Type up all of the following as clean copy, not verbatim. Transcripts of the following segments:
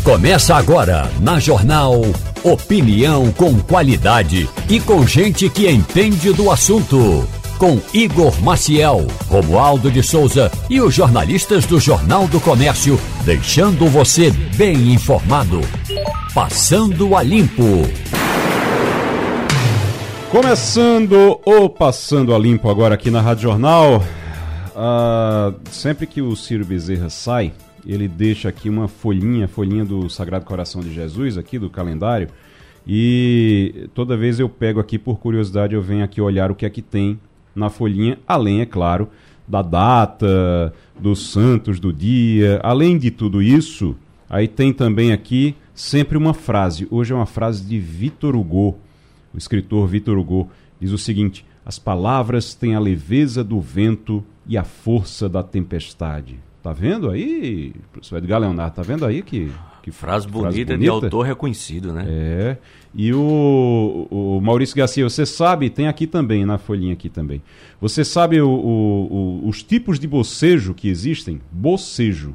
Começa agora na Jornal opinião com qualidade e com gente que entende do assunto. Com Igor Maciel, Romualdo de Souza e os jornalistas do Jornal do Comércio, deixando você bem informado. Passando a Limpo. Começando o Passando a Limpo agora aqui na Rádio Jornal. Sempre que o Ciro Bezerra sai, ele deixa aqui uma folhinha do Sagrado Coração de Jesus, aqui do calendário, e toda vez eu pego aqui, por curiosidade, eu venho aqui olhar o que é que tem na folhinha, além, é claro, da data, dos santos do dia. Além de tudo isso, aí tem também aqui sempre uma frase. Hoje é uma frase de Victor Hugo, o escritor Victor Hugo, diz o seguinte: as palavras têm a leveza do vento e a força da tempestade. Tá vendo aí, professor Edgar Leonardo, tá vendo aí que frase bonita de autor reconhecido, né? É, e o Maurício Garcia, você sabe, tem aqui também, na folhinha aqui também, você sabe os tipos de bocejo que existem? Bocejo.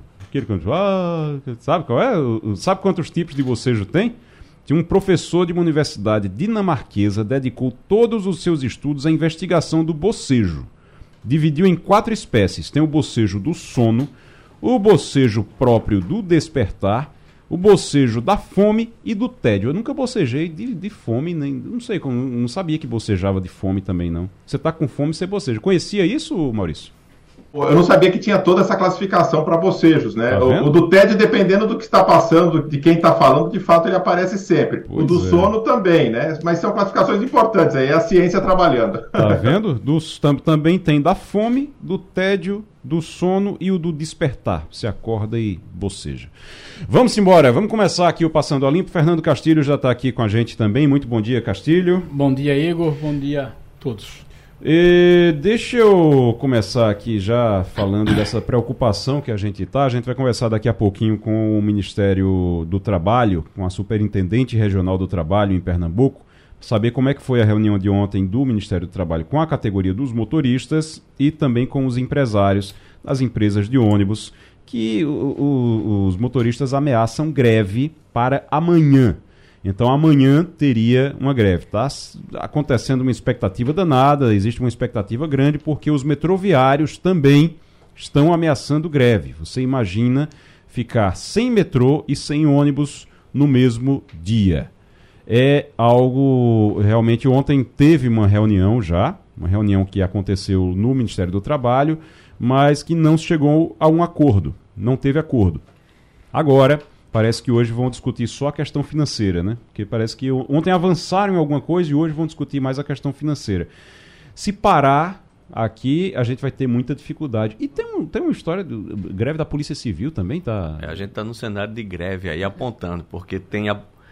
Sabe qual é? Sabe quantos tipos de bocejo tem? Tinha um professor de uma universidade dinamarquesa dedicou todos os seus estudos à investigação do bocejo. Dividiu em 4 espécies. Tem o bocejo do sono, o bocejo próprio do despertar, o bocejo da fome e do tédio. Eu nunca bocejei de fome, nem, não sei, não sabia que bocejava de fome também, não. Você está com fome, você boceja. Conhecia isso, Maurício? Eu não sabia que tinha toda essa classificação para bocejos, né? Tá o do tédio, dependendo do que está passando, de quem está falando, de fato ele aparece sempre. Pois o do sono também, né? Mas são classificações importantes, aí é a ciência trabalhando. Tá vendo? Também tem da fome, do tédio, do sono e o do despertar. Você acorda e boceja. Vamos embora, vamos começar aqui o Passando a Limpo. Fernando Castilho já está aqui com a gente também. Muito bom dia, Castilho. Bom dia, Igor. Bom dia a todos. Deixa eu começar aqui já falando dessa preocupação que a gente está. A gente vai conversar daqui a pouquinho com o Ministério do Trabalho, com a Superintendente Regional do Trabalho em Pernambuco, saber como é que foi a reunião de ontem do Ministério do Trabalho com a categoria dos motoristas e também com os empresários das empresas de ônibus, que os motoristas ameaçam greve para amanhã. Então amanhã teria uma greve. Está acontecendo uma expectativa danada, existe uma expectativa grande, porque os metroviários também estão ameaçando greve. Você imagina ficar sem metrô e sem ônibus no mesmo dia. É algo... Realmente ontem teve uma reunião que aconteceu no Ministério do Trabalho, mas que não chegou a um acordo, não teve acordo. Agora... Parece que hoje vão discutir só a questão financeira, né? Porque parece que ontem avançaram em alguma coisa e hoje vão discutir mais a questão financeira. Se parar aqui, a gente vai ter muita dificuldade. E tem uma história de greve da Polícia Civil também, tá? A gente está num cenário de greve aí apontando, porque tem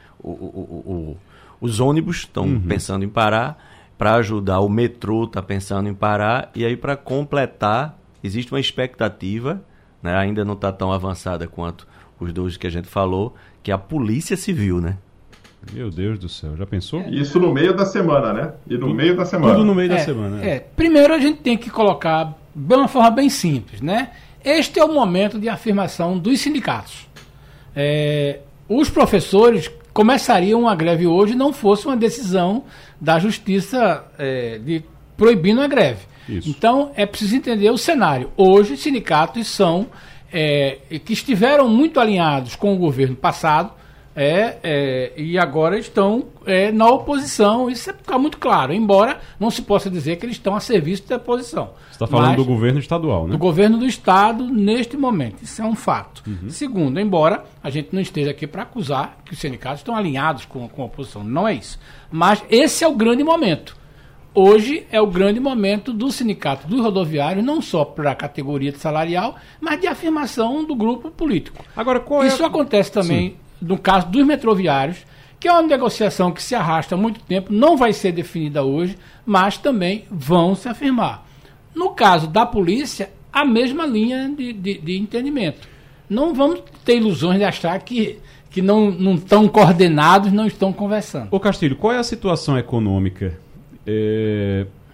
os ônibus estão pensando em parar, para ajudar o metrô está pensando em parar, e aí para completar, existe uma expectativa, né? Ainda não está tão avançada quanto os dois que a gente falou, que é a Polícia Civil, né? Meu Deus do céu, já pensou? Isso no meio da semana, né? Meio da semana. Tudo no meio da semana. Primeiro a gente tem que colocar de uma forma bem simples, né? Este é o momento de afirmação dos sindicatos. Os professores começariam a greve hoje, não fosse uma decisão da Justiça de proibindo a greve. Isso. Então, é preciso entender o cenário. Hoje, os sindicatos são... que estiveram muito alinhados com o governo passado e agora estão na oposição. Isso é ficar muito claro, embora não se possa dizer que eles estão a serviço da oposição. Você está falando do governo estadual, né? Do governo do estado neste momento. Isso é um fato. Segundo, embora a gente não esteja aqui para acusar que os sindicatos estão alinhados com a oposição. Não é isso. Mas esse é o grande momento. Hoje é o grande momento do sindicato dos rodoviários, não só para a categoria salarial, mas de afirmação do grupo político. Agora, isso acontece também no caso dos metroviários, que é uma negociação que se arrasta há muito tempo, não vai ser definida hoje, mas também vão se afirmar. No caso da polícia, a mesma linha de entendimento. Não vamos ter ilusões de achar que não estão coordenados, não estão conversando. Ô Castilho, qual é a situação econômica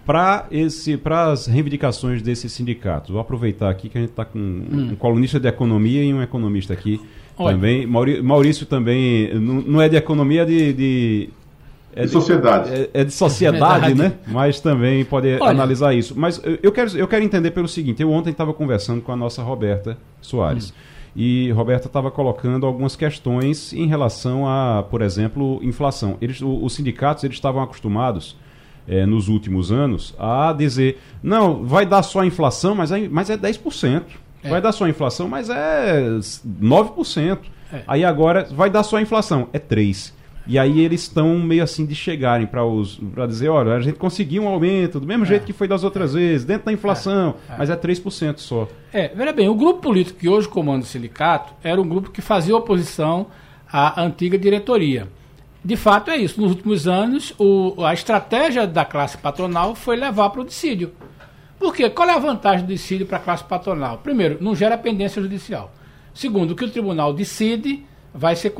para as reivindicações desses sindicatos. Vou aproveitar aqui que a gente está com um colunista de economia e um economista aqui também. Maurício também não é de economia, de sociedade. É de sociedade, né? Mas também pode analisar isso. Mas eu quero entender pelo seguinte, eu ontem estava conversando com a nossa Roberta Soares. E Roberta estava colocando algumas questões em relação a, por exemplo, inflação. Os sindicatos estavam acostumados, nos últimos anos, a dizer, não, vai dar só a inflação, mas é 10%. Vai dar só a inflação, mas é 9%. Aí agora vai dar só a inflação, é 3%. E aí eles estão meio assim de chegarem para dizer, olha, a gente conseguiu um aumento do mesmo jeito que foi das outras vezes, dentro da inflação, mas é 3% só. Veja bem, o grupo político que hoje comanda o sindicato era um grupo que fazia oposição à antiga diretoria. De fato é isso, nos últimos anos a estratégia da classe patronal foi levar para o dissídio. Por quê? Qual é a vantagem do dissídio para a classe patronal? Primeiro, não gera pendência judicial. Segundo, o que o tribunal decide vai ser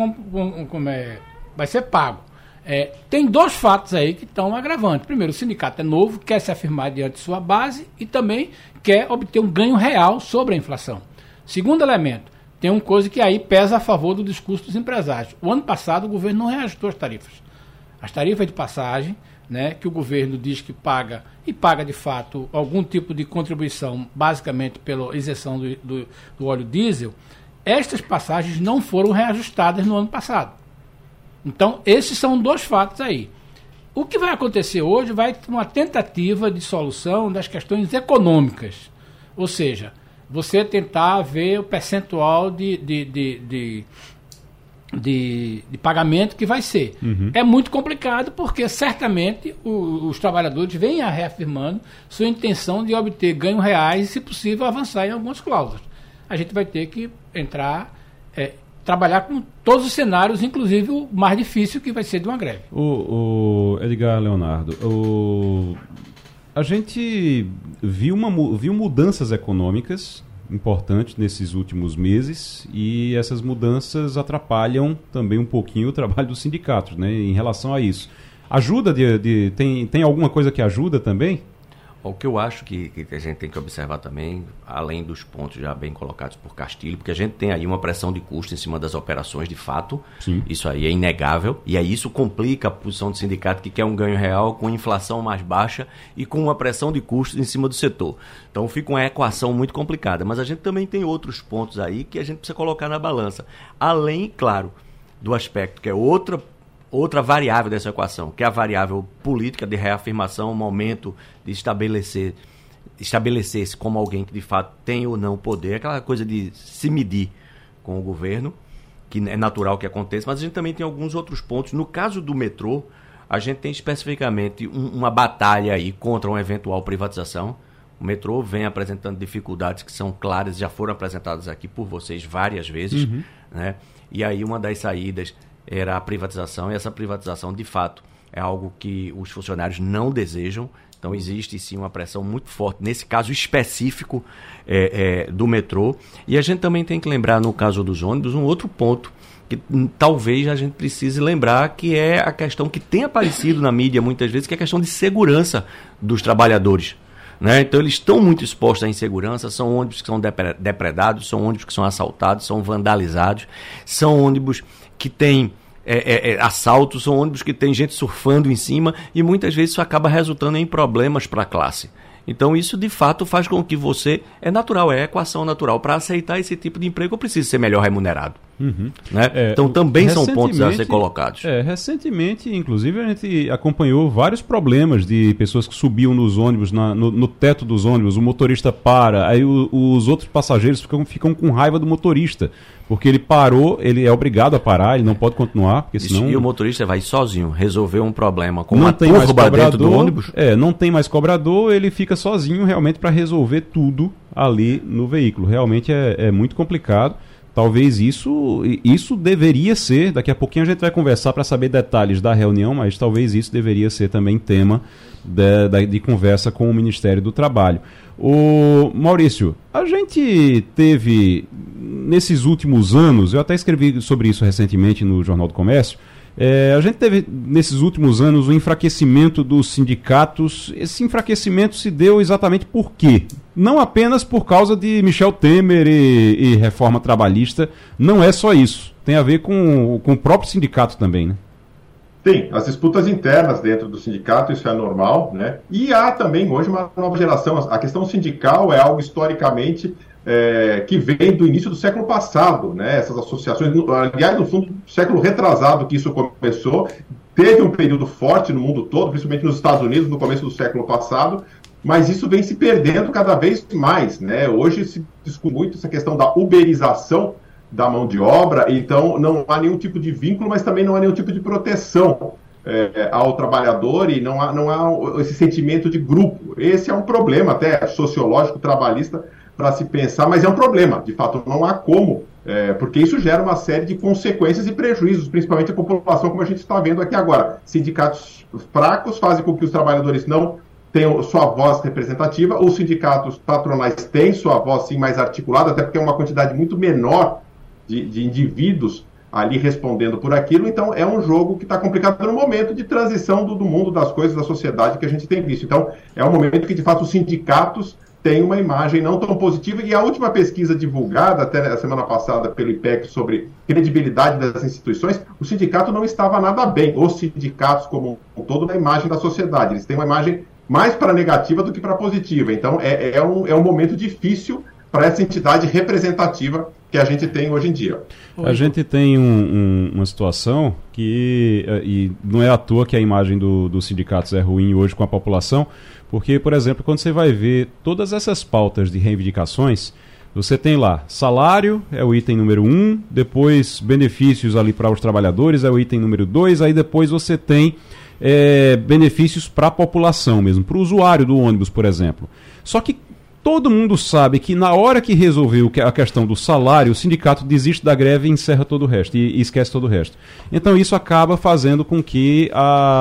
vai ser pago. Tem 2 fatos aí que estão agravantes. Primeiro, o sindicato é novo, quer se afirmar diante de sua base e também quer obter um ganho real sobre a inflação. Segundo elemento, tem uma coisa que aí pesa a favor do discurso dos empresários. O ano passado o governo não reajustou as tarifas. As tarifas de passagem, né, que o governo diz que paga, e paga de fato algum tipo de contribuição, basicamente pela isenção do óleo diesel, estas passagens não foram reajustadas no ano passado. Então, esses são 2 fatos aí. O que vai acontecer hoje vai ter uma tentativa de solução das questões econômicas. Ou seja, você tentar ver o percentual de pagamento que vai ser. É muito complicado porque, certamente, os trabalhadores vêm reafirmando sua intenção de obter ganhos reais e, se possível, avançar em algumas cláusulas. A gente vai ter que trabalhar com todos os cenários, inclusive o mais difícil, que vai ser de uma greve. O Edgar Leonardo, a gente viu mudanças econômicas importantes nesses últimos meses e essas mudanças atrapalham também um pouquinho o trabalho dos sindicatos, né, em relação a isso. Ajuda tem alguma coisa que ajuda também? O que eu acho que a gente tem que observar também, além dos pontos já bem colocados por Castilho, porque a gente tem aí uma pressão de custo em cima das operações de fato. Sim. Isso aí é inegável, e aí isso complica a posição do sindicato que quer um ganho real com inflação mais baixa e com uma pressão de custos em cima do setor. Então fica uma equação muito complicada, mas a gente também tem outros pontos aí que a gente precisa colocar na balança. Além, claro, do aspecto que é outra variável dessa equação, que é a variável política de reafirmação, um momento de estabelecer-se como alguém que de fato tem ou não poder, aquela coisa de se medir com o governo, que é natural que aconteça, mas a gente também tem alguns outros pontos. No caso do metrô, a gente tem especificamente uma batalha aí contra uma eventual privatização. O metrô vem apresentando dificuldades que são claras, já foram apresentadas aqui por vocês várias vezes, né? E aí uma das saídas era a privatização, e essa privatização, de fato, é algo que os funcionários não desejam. Então, existe, sim, uma pressão muito forte, nesse caso específico do metrô. E a gente também tem que lembrar, no caso dos ônibus, um outro ponto que talvez a gente precise lembrar, que é a questão que tem aparecido na mídia muitas vezes, que é a questão de segurança dos trabalhadores, né? Então, eles estão muito expostos à insegurança, são ônibus que são depredados, são ônibus que são assaltados, são vandalizados, são ônibus que têm assaltos, são ônibus que tem gente surfando em cima, e muitas vezes isso acaba resultando em problemas para a classe. Então isso de fato faz com que você, é natural, é equação natural, para aceitar esse tipo de emprego eu preciso ser melhor remunerado. Né? Então também são pontos a ser colocados. Recentemente, inclusive, a gente acompanhou vários problemas de pessoas que subiam nos ônibus, no teto dos ônibus, o motorista para, aí os outros passageiros ficam com raiva do motorista, porque ele parou, ele é obrigado a parar, ele não pode continuar, porque senão... E o motorista vai sozinho resolver um problema com uma turba dentro do ônibus? Não tem mais cobrador, ele fica sozinho realmente para resolver tudo ali no veículo. Realmente é muito complicado. Talvez isso deveria ser, daqui a pouquinho a gente vai conversar para saber detalhes da reunião, mas talvez isso deveria ser também tema de conversa com o Ministério do Trabalho. O Maurício, a gente teve, nesses últimos anos, eu até escrevi sobre isso recentemente no Jornal do Comércio, A gente teve, nesses últimos anos, o enfraquecimento dos sindicatos. Esse enfraquecimento se deu exatamente por quê? Não apenas por causa de Michel Temer e reforma trabalhista, não é só isso. Tem a ver com o próprio sindicato também, né? Tem, as disputas internas dentro do sindicato, isso é normal, né? E há também hoje uma nova geração. A questão sindical é algo historicamente que vem do início do século passado, né? Essas associações, aliás, no fundo, século retrasado que isso começou, teve um período forte no mundo todo, principalmente nos Estados Unidos, no começo do século passado, mas isso vem se perdendo cada vez mais, né? Hoje se discute muito essa questão da uberização da mão de obra, então não há nenhum tipo de vínculo, mas também não há nenhum tipo de proteção ao trabalhador e não há esse sentimento de grupo. Esse é um problema até sociológico, trabalhista, para se pensar, mas é um problema, de fato, não há como, porque isso gera uma série de consequências e prejuízos, principalmente a população, como a gente está vendo aqui agora. Sindicatos fracos fazem com que os trabalhadores não tenham sua voz representativa, os sindicatos patronais têm sua voz sim mais articulada, até porque é uma quantidade muito menor de indivíduos ali respondendo por aquilo, então é um jogo que está complicado no momento de transição do mundo das coisas, da sociedade que a gente tem visto. Então é um momento que de fato os sindicatos têm uma imagem não tão positiva, e a última pesquisa divulgada até a semana passada pelo IPEC sobre credibilidade das instituições, o sindicato não estava nada bem, os sindicatos como um todo na imagem da sociedade, eles têm uma imagem mais para negativa do que para positiva, então é um momento difícil para essa entidade representativa que a gente tem hoje em dia. A gente tem uma situação que, e não é à toa que a imagem dos sindicatos é ruim hoje com a população, porque, por exemplo, quando você vai ver todas essas pautas de reivindicações, você tem lá, salário é o item número 1, depois benefícios ali para os trabalhadores é o item número 2, aí depois você tem benefícios para a população mesmo, para o usuário do ônibus, por exemplo. Só que todo mundo sabe que na hora que resolveu a questão do salário, o sindicato desiste da greve e encerra todo o resto, e esquece todo o resto. Então isso acaba fazendo com que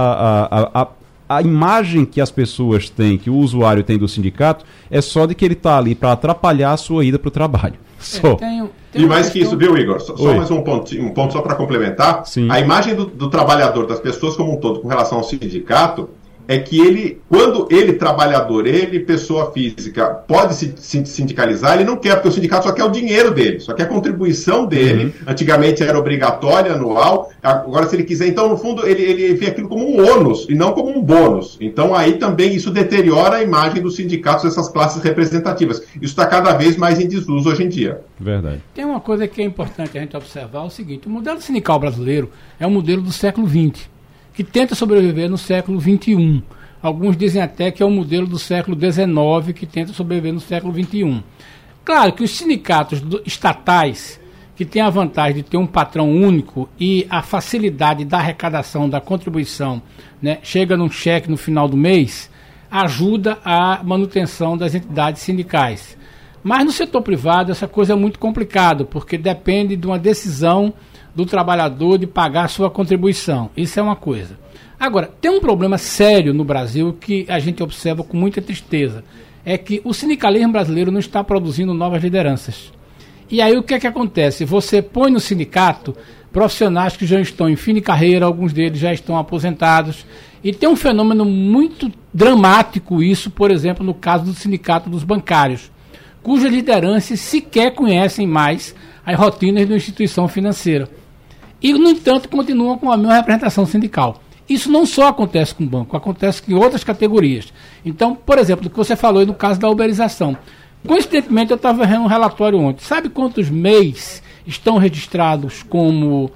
a imagem que as pessoas têm, que o usuário tem do sindicato, é só de que ele está ali para atrapalhar a sua ida para o trabalho. Só. E mais que isso, viu, Igor? Só mais um ponto só para complementar. Sim. A imagem do trabalhador, das pessoas como um todo, com relação ao sindicato, é que ele, quando ele, trabalhador, ele, pessoa física, pode se sindicalizar, ele não quer, porque o sindicato só quer o dinheiro dele, só quer a contribuição dele. Antigamente era obrigatória, anual, agora se ele quiser, então no fundo ele vê aquilo como um ônus e não como um bônus. Então aí também isso deteriora a imagem dos sindicatos, dessas classes representativas. Isso está cada vez mais em desuso hoje em dia. Verdade. Tem uma coisa que é importante a gente observar, o seguinte: o modelo sindical brasileiro é um modelo do século XX, que tenta sobreviver no século XXI. Alguns dizem até que é um modelo do século XIX que tenta sobreviver no século XXI. Claro que os sindicatos estatais, que têm a vantagem de ter um patrão único e a facilidade da arrecadação, da contribuição, né, chega num cheque no final do mês, ajuda a manutenção das entidades sindicais. Mas no setor privado essa coisa é muito complicada, porque depende de uma decisão do trabalhador de pagar a sua contribuição. Isso é uma coisa. Agora, tem um problema sério no Brasil que a gente observa com muita tristeza. É que o sindicalismo brasileiro não está produzindo novas lideranças. E aí o que é que acontece? Você põe no sindicato profissionais que já estão em fim de carreira, alguns deles já estão aposentados. E tem um fenômeno muito dramático isso, por exemplo, no caso do sindicato dos bancários, cujas lideranças sequer conhecem mais as rotinas de uma instituição financeira. E, no entanto, continuam com a mesma representação sindical. Isso não só acontece com o banco, acontece em outras categorias. Então, por exemplo, o que você falou aí no caso da uberização. Coincidentemente, eu estava vendo um relatório ontem. Sabe quantos MEIs estão registrados como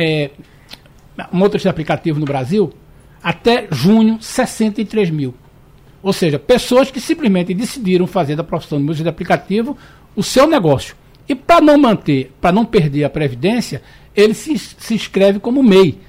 motorista de aplicativo no Brasil? Até junho, 63 mil. Ou seja, pessoas que simplesmente decidiram fazer da profissão de motorista de aplicativo o seu negócio. E para não perder a previdência, ele se inscreve como MEI.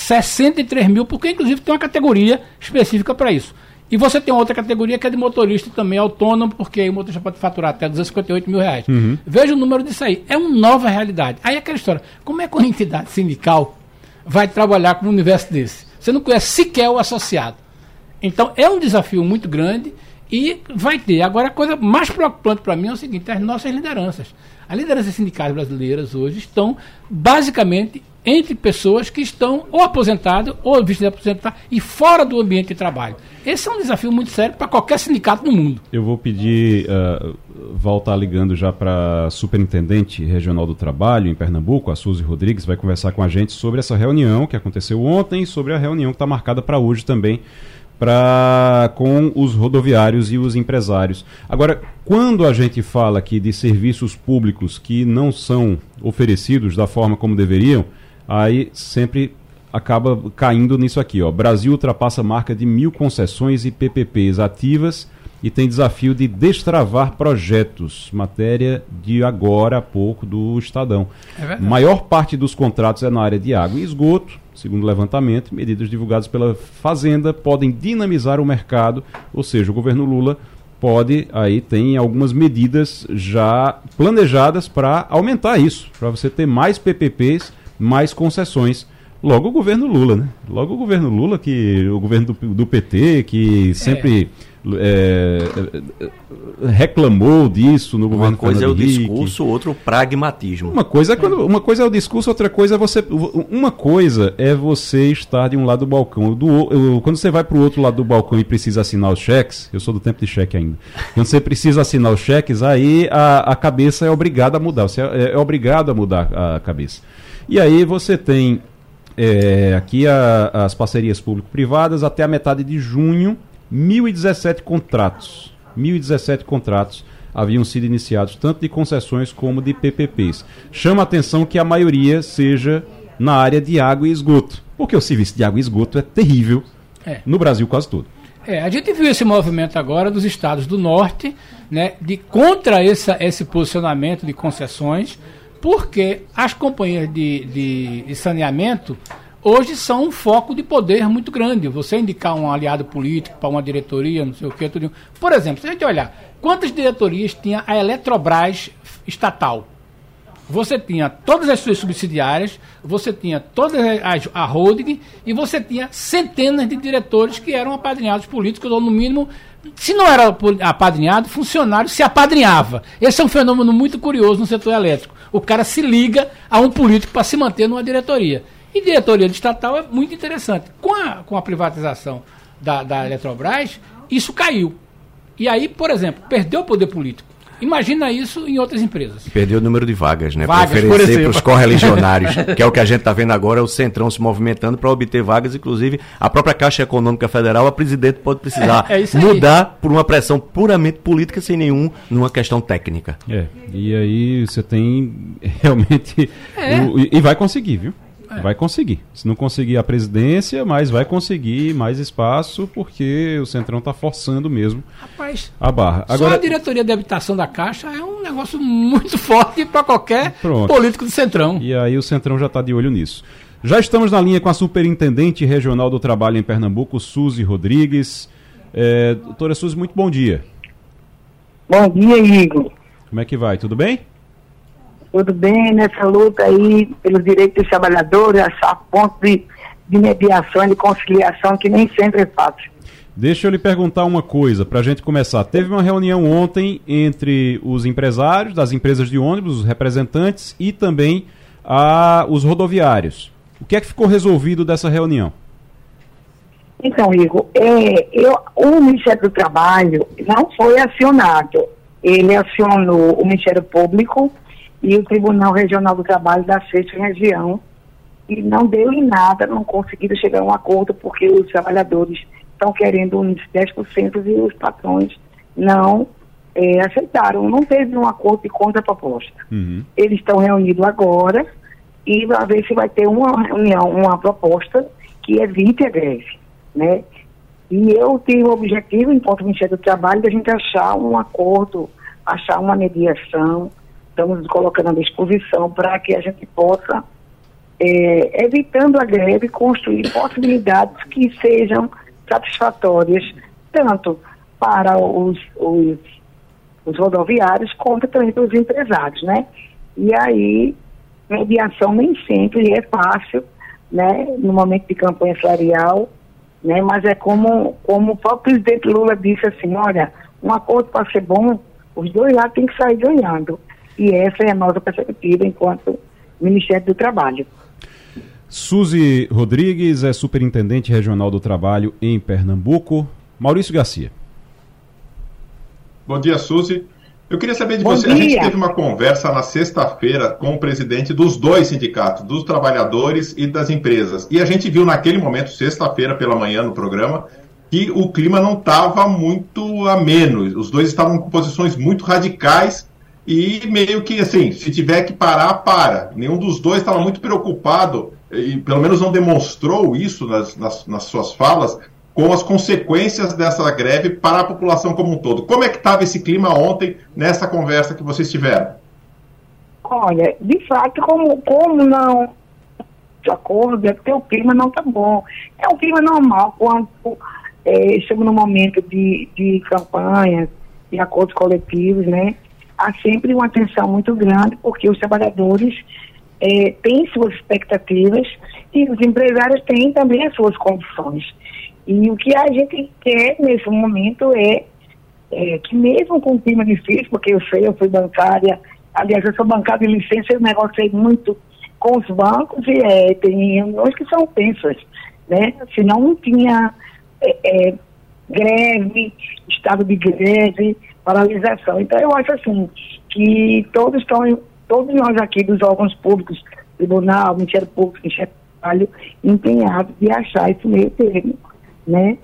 63 mil, porque inclusive tem uma categoria específica para isso. E você tem outra categoria que é de motorista também autônomo, porque aí o motorista pode faturar até 258 mil reais. Veja o número disso aí. É uma nova realidade. Aí é aquela história, como é que uma entidade sindical vai trabalhar com um universo desse? Você não conhece sequer o associado. Então é um desafio muito grande e vai ter. Agora a coisa mais preocupante para mim é o seguinte: as nossas lideranças. As lideranças sindicais brasileiras hoje estão basicamente entre pessoas que estão ou aposentadas ou vistas de aposentar e fora do ambiente de trabalho. Esse é um desafio muito sério para qualquer sindicato no mundo. Eu vou pedir, voltar ligando já para a Superintendente Regional do Trabalho em Pernambuco, a Suzy Rodrigues, vai conversar com a gente sobre essa reunião que aconteceu ontem e sobre a reunião que está marcada para hoje também, com os rodoviários e os empresários. Agora, quando a gente fala aqui de serviços públicos que não são oferecidos da forma como deveriam, aí sempre acaba caindo nisso aqui, ó. Brasil ultrapassa a marca de 1.000 concessões e PPPs ativas e tem desafio de destravar projetos. Matéria de agora há pouco do Estadão. Maior parte dos contratos é na área de água e esgoto. Segundo o levantamento, medidas divulgadas pela Fazenda podem dinamizar o mercado, ou seja, o governo Lula tem algumas medidas já planejadas para aumentar isso, para você ter mais PPPs, mais concessões. Logo o governo Lula, né? Logo o governo Lula, o governo do PT, que sempre reclamou disso no governo Fernando Henrique. Uma coisa é o discurso, outro o pragmatismo. Uma coisa é o discurso, outra coisa é uma coisa é você estar de um lado do balcão. Quando você vai para o outro lado do balcão e precisa assinar os cheques, eu sou do tempo de cheque ainda. Quando você precisa assinar os cheques, aí a cabeça é obrigada a mudar. Você é obrigado a mudar a cabeça. E aí você tem aqui as parcerias público-privadas até a metade de junho. 1.017 contratos. 1.017 contratos haviam sido iniciados, tanto de concessões como de PPPs. Chama a atenção que a maioria seja na área de água e esgoto, porque o serviço de água e esgoto é terrível no Brasil quase todo. A gente viu esse movimento agora dos estados do norte, né, contra esse posicionamento de concessões, porque as companhias de saneamento hoje são um foco de poder muito grande. Você indicar um aliado político para uma diretoria, não sei o que, tudo. Por exemplo, se a gente olhar, quantas diretorias tinha a Eletrobras estatal? Você tinha todas as suas subsidiárias, você tinha toda a holding e você tinha centenas de diretores que eram apadrinhados políticos, ou no mínimo, se não era apadrinhado, funcionário se apadrinhava. Esse é um fenômeno muito curioso no setor elétrico. O cara se liga a um político para se manter numa diretoria. E diretoria de estatal é muito interessante. Com a privatização da Eletrobras, isso caiu. E aí, por exemplo, perdeu o poder político. Imagina isso em outras empresas. Perdeu o número de vagas, né? Para oferecer para os correligionários, que é o que a gente está vendo agora, é o Centrão se movimentando para obter vagas, inclusive a própria Caixa Econômica Federal, a presidente pode precisar mudar por uma pressão puramente política, sem nenhuma questão técnica. E aí você tem realmente... E vai conseguir, viu? Vai conseguir. Se não conseguir a presidência, mas vai conseguir mais espaço, porque o Centrão está forçando mesmo a barra. Agora, só a diretoria de habitação da Caixa é um negócio muito forte para qualquer político do Centrão. E aí o Centrão já está de olho nisso. Já estamos na linha com a Superintendente Regional do Trabalho em Pernambuco, Suzy Rodrigues. Doutora Suzy, muito bom dia. Bom dia, Igor. Como é que vai? Tudo bem? Tudo bem nessa luta aí pelos direitos dos trabalhadores, achar pontos de mediação e de conciliação que nem sempre é fácil. Deixa eu lhe perguntar uma coisa, para a gente começar. Teve uma reunião ontem entre os empresários das empresas de ônibus, os representantes e também os rodoviários. O que é que ficou resolvido dessa reunião? Então, Igor, o Ministério do Trabalho não foi acionado. Ele acionou o Ministério Público e o Tribunal Regional do Trabalho da 6ª Região, e não deu em nada, não conseguiram chegar a um acordo, porque os trabalhadores estão querendo um índice de 10% e os patrões não aceitaram. Não teve um acordo de contraproposta. Uhum. Eles estão reunidos agora e vai ver se vai ter uma reunião, uma proposta que evite a greve, né? E eu tenho o objetivo, enquanto Ministério do Trabalho, de a gente achar um acordo, achar uma mediação. Estamos colocando à disposição para que a gente possa, evitando a greve, construir possibilidades que sejam satisfatórias, tanto para os rodoviários, quanto também para os empresários, né? E aí, mediação nem sempre é fácil, né? No momento de campanha salarial, né? Mas é como o próprio presidente Lula disse assim, olha, um acordo para ser bom, os dois lados têm que sair ganhando. E essa é a nossa perspectiva enquanto Ministério do Trabalho. Suzy Rodrigues é superintendente regional do trabalho em Pernambuco. Maurício Garcia. Bom dia, Suzy. Eu queria saber de você, a gente teve uma conversa na sexta-feira com o presidente dos dois sindicatos, dos trabalhadores e das empresas. E a gente viu naquele momento, sexta-feira pela manhã no programa, que o clima não estava muito ameno. Os dois estavam com posições muito radicais e meio que assim, se tiver que parar, para. Nenhum dos dois estava muito preocupado, e pelo menos não demonstrou isso nas suas falas, com as consequências dessa greve para a população como um todo. Como é que estava esse clima ontem, nessa conversa que vocês tiveram? Olha, de fato, como não de acordo, é porque o clima não está bom. É um clima normal, quando chega no momento de campanha, de acordos coletivos, né? Há sempre uma tensão muito grande, porque os trabalhadores têm suas expectativas e os empresários têm também as suas condições. E o que a gente quer nesse momento é que mesmo com o clima difícil, porque eu fui bancária, aliás, eu sou bancária de licença, eu negociei muito com os bancos e tem reuniões que são tensas, né? Senão não tinha greve, estado de greve, paralisação. Então eu acho assim, que todos nós aqui dos órgãos públicos, Tribunal, Ministério Público, Ministério do Trabalho, empenhados de achar esse meio termo, né?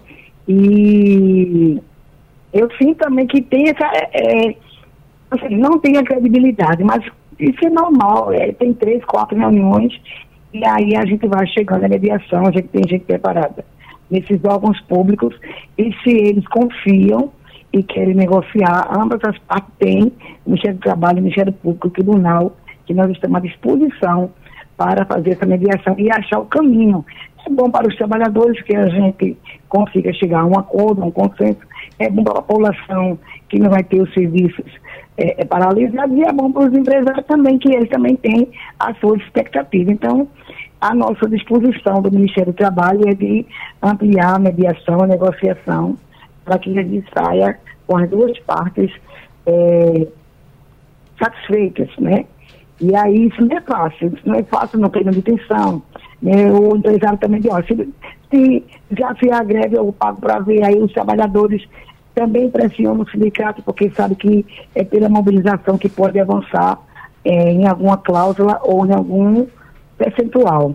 E eu sinto também que tem essa não tem a credibilidade, mas isso é normal, tem 3, 4 reuniões e aí a gente vai chegando à mediação, a gente tem gente preparada nesses órgãos públicos e se eles confiam e querem negociar, ambas as partes têm, o Ministério do Trabalho, o Ministério Público, o Tribunal, que nós estamos à disposição para fazer essa mediação e achar o caminho. É bom para os trabalhadores que a gente consiga chegar a um acordo, a um consenso. É bom para a população que não vai ter os serviços paralisados e é bom para os empresários também, que eles também têm as suas expectativas. Então, a nossa disposição do Ministério do Trabalho é de ampliar a mediação, a negociação, para que a gente saia com as duas partes satisfeitas, né? E aí isso não é fácil no clima de tensão. O empresário também diz, se desafiar a greve, eu pago para ver. Aí os trabalhadores também pressionam o sindicato, porque sabe que é pela mobilização que pode avançar em alguma cláusula ou em algum percentual.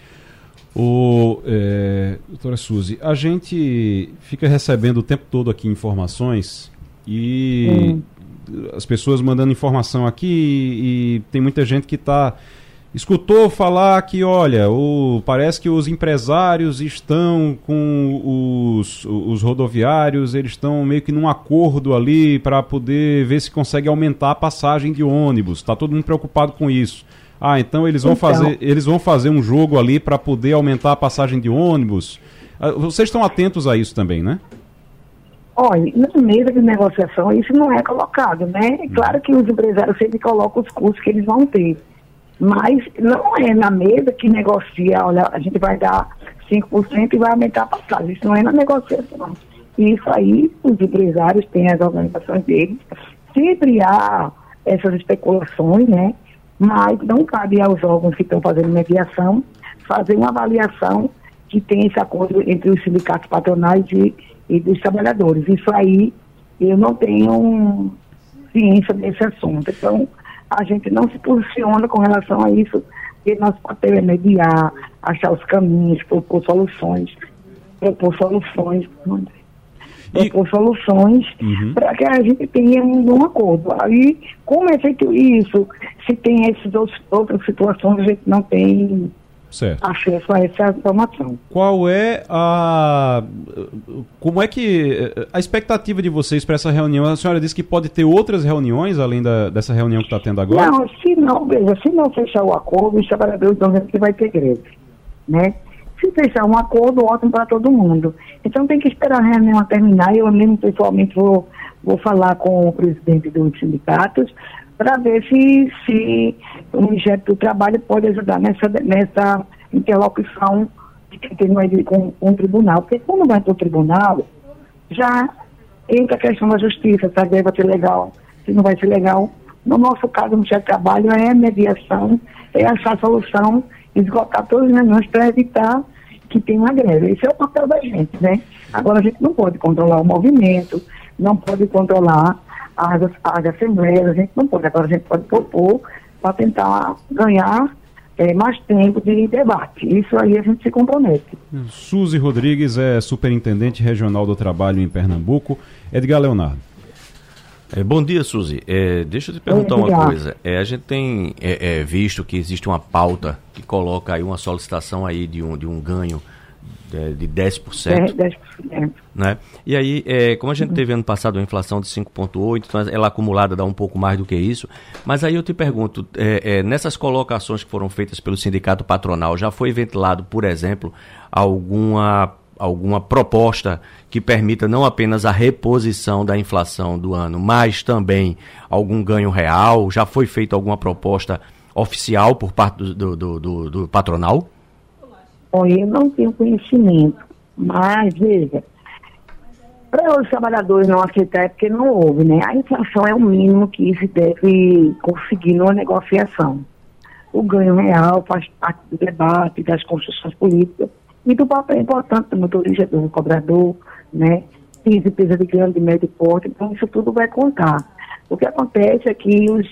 Doutora Suzy, a gente fica recebendo o tempo todo aqui informações e as pessoas mandando informação aqui e tem muita gente que escutou falar que, olha, parece que os empresários estão com os rodoviários, eles estão meio que num acordo ali para poder ver se consegue aumentar a passagem de ônibus. Está todo mundo preocupado com isso. Então eles vão fazer um jogo ali para poder aumentar a passagem de ônibus. Vocês estão atentos a isso também, né? Olha, na mesa de negociação isso não é colocado, né? É claro que os empresários sempre colocam os custos que eles vão ter. Mas não é na mesa que negocia, olha, a gente vai dar 5% e vai aumentar a passagem. Isso não é na negociação. Isso aí, os empresários têm as organizações deles. Sempre há essas especulações, né? Mas não cabe aos órgãos que estão fazendo mediação fazer uma avaliação que tem esse acordo entre os sindicatos patronais e dos trabalhadores. Isso aí, eu não tenho ciência desse assunto. Então, a gente não se posiciona com relação a isso, porque nosso papel é mediar, achar os caminhos, propor soluções para que a gente tenha um acordo. Aí, como é feito isso, se tem essas outras situações, a gente não tem acesso a essa informação. Como é que a expectativa de vocês para essa reunião? A senhora disse que pode ter outras reuniões além dessa reunião que está tendo agora? Não, se não fechar o acordo, os trabalhadores estão dizendo que vai ter greve, né? Se fechar um acordo, ótimo para todo mundo. Então tem que esperar a reunião terminar. Eu mesmo pessoalmente vou falar com o presidente dos sindicatos para ver se o Ministério do Trabalho pode ajudar nessa interlocução que tem com o tribunal. Porque quando vai para o tribunal, já entra a questão da justiça, se a greve vai ser legal, se não vai ser legal. No nosso caso, o Ministério do Trabalho é mediação, é achar solução esgotar todas as reuniões para evitar que tenha uma greve. Esse é o papel da gente, né? Agora, a gente não pode controlar o movimento, não pode controlar as assembleias, a gente não pode. Agora, a gente pode propor para tentar ganhar mais tempo de debate. Isso aí a gente se compromete. Suzy Rodrigues é superintendente regional do trabalho em Pernambuco. Edgar Leonardo. Bom dia, Suzy. Deixa eu te perguntar uma coisa. A gente tem visto que existe uma pauta que coloca aí uma solicitação aí de um ganho de 10%. 10%. Né? E aí, como a gente teve ano passado uma inflação de 5,8%, então ela acumulada dá um pouco mais do que isso. Mas aí eu te pergunto, nessas colocações que foram feitas pelo sindicato patronal, já foi ventilado, por exemplo, alguma proposta que permita não apenas a reposição da inflação do ano, mas também algum ganho real? Já foi feita alguma proposta oficial por parte do patronal? Bom, eu não tenho conhecimento, mas, veja, para os trabalhadores não aceitar é porque não houve, né? A inflação é o mínimo que se deve conseguir numa negociação. O ganho real faz parte do debate, das construções políticas e do papel importante do motorista, do cobrador, né? Tem empresa de grande e médio porte, então isso tudo vai contar. O que acontece é que os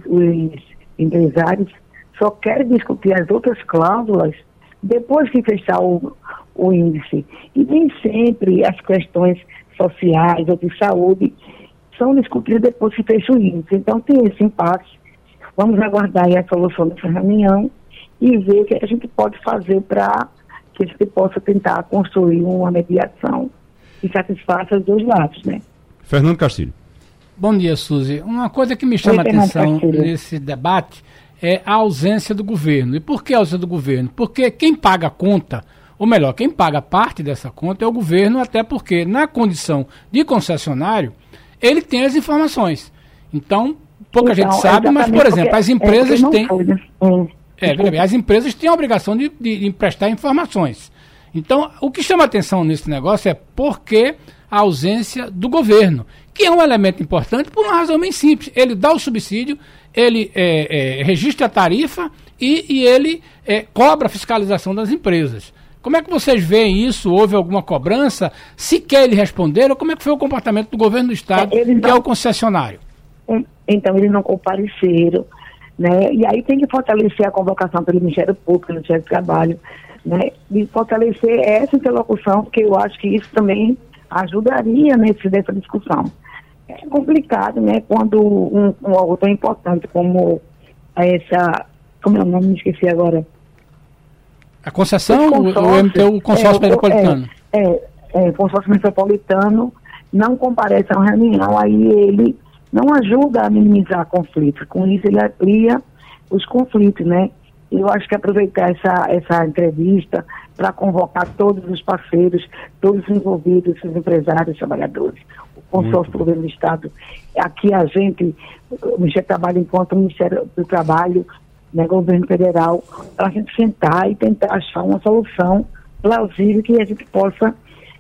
empresários só querem discutir as outras cláusulas depois que fechar o índice. E nem sempre as questões sociais ou de saúde são discutidas depois que fecha o índice. Então tem esse impasse. Vamos aguardar aí a solução dessa reunião e ver o que a gente pode fazer para que a gente possa tentar construir uma mediação que satisfaça os dois lados, né? Fernando Castilho. Bom dia, Suzy. Uma coisa que me chama a atenção nesse debate é a ausência do governo. E por que a ausência do governo? Porque quem paga a conta, ou melhor, quem paga parte dessa conta é o governo, até porque na condição de concessionário, ele tem as informações. Então, pouca gente sabe, mas, por exemplo, as empresas têm... as empresas têm a obrigação de emprestar informações. Então, o que chama atenção nesse negócio é porque a ausência do governo, que é um elemento importante por uma razão bem simples. Ele dá o subsídio, ele registra a tarifa e ele cobra a fiscalização das empresas. Como é que vocês veem isso? Houve alguma cobrança? Sequer eles responderam? Como é que foi o comportamento do governo do Estado, que é o concessionário? Então, eles não compareceram, né? E aí tem que fortalecer a convocação pelo Ministério Público, pelo Ministério do Trabalho, né? E fortalecer essa interlocução, porque eu acho que isso também ajudaria nessa discussão. É complicado, né? Quando um algo tão importante como essa... Como é o nome? Me esqueci agora. A concessão? O consórcio metropolitano. O consórcio metropolitano não comparece a uma reunião, aí ele não ajuda a minimizar conflitos. Com isso, ele amplia os conflitos, né? Eu acho que aproveitar essa entrevista para convocar todos os parceiros, todos os envolvidos, os empresários, os trabalhadores, o consórcio do governo do Estado. Aqui a gente, o Ministério do Trabalho, enquanto o Ministério do Trabalho, né, governo federal, para a gente sentar e tentar achar uma solução plausível que a gente possa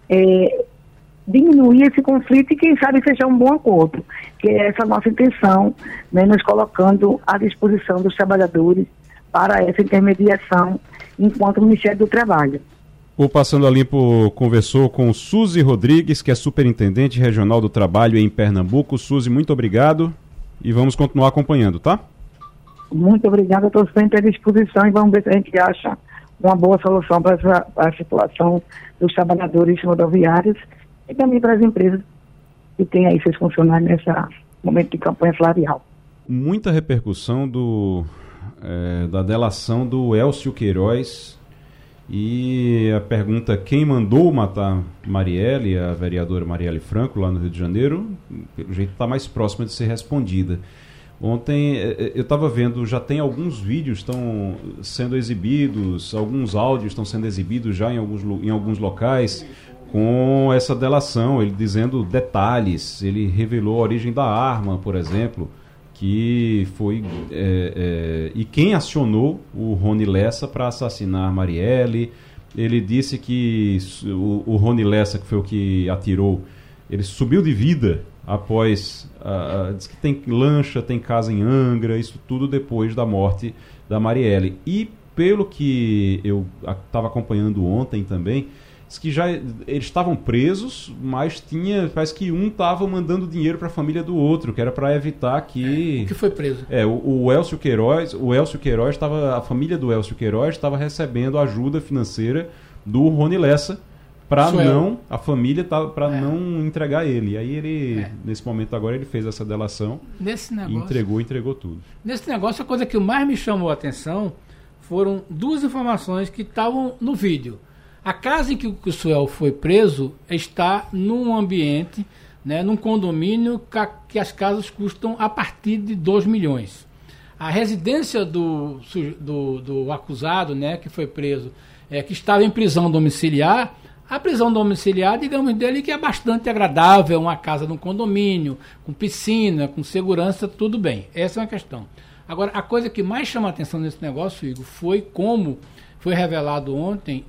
diminuir esse conflito e, quem sabe, fechar um bom acordo. Que é essa a nossa intenção, né, nos colocando à disposição dos trabalhadores para essa intermediação enquanto Ministério do Trabalho. O Passando a Limpo conversou com Suzy Rodrigues, que é superintendente regional do trabalho em Pernambuco. Suzy, muito obrigado e vamos continuar acompanhando, tá? Muito obrigada, estou sempre à disposição e vamos ver se a gente acha uma boa solução para a situação dos trabalhadores rodoviários e também para as empresas que têm aí seus funcionários nesse momento de campanha salarial. Muita repercussão da delação do Elcio Queiroz e a pergunta: quem mandou matar Marielle, a vereadora Marielle Franco, lá no Rio de Janeiro, pelo jeito está mais próxima de ser respondida. Ontem eu estava vendo, já tem alguns vídeos estão sendo exibidos, alguns áudios estão sendo exibidos já em alguns locais com essa delação, ele dizendo detalhes, ele revelou a origem da arma, por exemplo, que foi e quem acionou o Rony Lessa para assassinar Marielle. Ele disse que o Rony Lessa, que foi o que atirou, ele subiu de vida após, diz que tem lancha, tem casa em Angra, isso tudo depois da morte da Marielle. E pelo que eu estava acompanhando ontem também, diz que já eles estavam presos, mas parece que um estava mandando dinheiro para a família do outro, que era para evitar que... O que foi preso? O Elcio Queiroz estava... A família do Elcio Queiroz estava recebendo ajuda financeira do Rony Lessa para não entregar ele. E aí ele, nesse momento agora, ele fez essa delação e entregou tudo. Nesse negócio, a coisa que mais me chamou a atenção foram duas informações que estavam no vídeo. A casa em que o Suel foi preso está num ambiente, né, num condomínio que as casas custam a partir de 2 milhões. A residência do acusado, né, que foi preso, que estava em prisão domiciliar, a prisão domiciliar, digamos dele, que é bastante agradável, uma casa num condomínio, com piscina, com segurança, tudo bem. Essa é uma questão. Agora, a coisa que mais chama a atenção nesse negócio, Igor, foi como foi revelado ontem,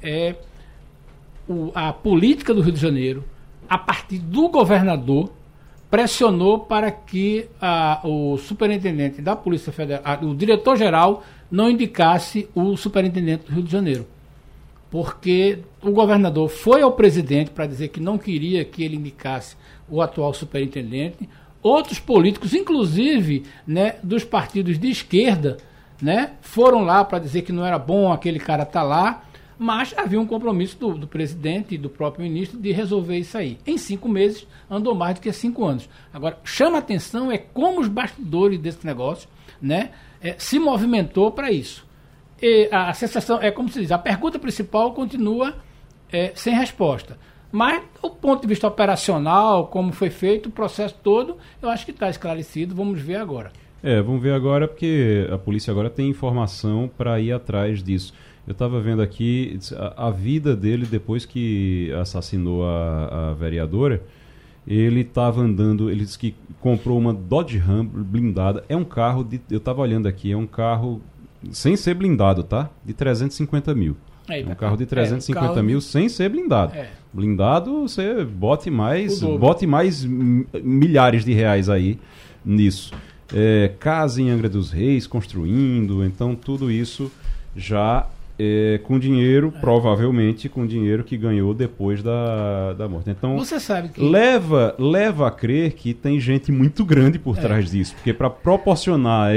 a política do Rio de Janeiro, a partir do governador, pressionou para que o superintendente da Polícia Federal, o diretor-geral, não indicasse o superintendente do Rio de Janeiro. Porque o governador foi ao presidente para dizer que não queria que ele indicasse o atual superintendente. Outros políticos, inclusive, né, dos partidos de esquerda, né, foram lá para dizer que não era bom aquele cara estar lá. Mas havia um compromisso do presidente e do próprio ministro de resolver isso aí. Em 5 meses, andou mais do que 5 anos. Agora, chama a atenção como os bastidores desse negócio, né, se movimentou para isso. E a sensação como se diz, a pergunta principal continua sem resposta. Mas, do ponto de vista operacional, como foi feito, o processo todo, eu acho que está esclarecido. Vamos ver agora. Vamos ver agora, porque a polícia agora tem informação para ir atrás disso. Eu estava vendo aqui a vida dele depois que assassinou a vereadora. Ele estava andando, ele disse que comprou uma Dodge Ram blindada. É um carro, eu estava olhando aqui, é um carro sem ser blindado, tá? De 350 mil. Um carro de 350 mil sem ser blindado. Blindado, você bote mais milhares de reais aí nisso. Casa em Angra dos Reis, construindo, então tudo isso já... com dinheiro, provavelmente com dinheiro que ganhou depois da morte. Então, você sabe que... leva a crer que tem gente muito grande por trás disso, porque para proporcionar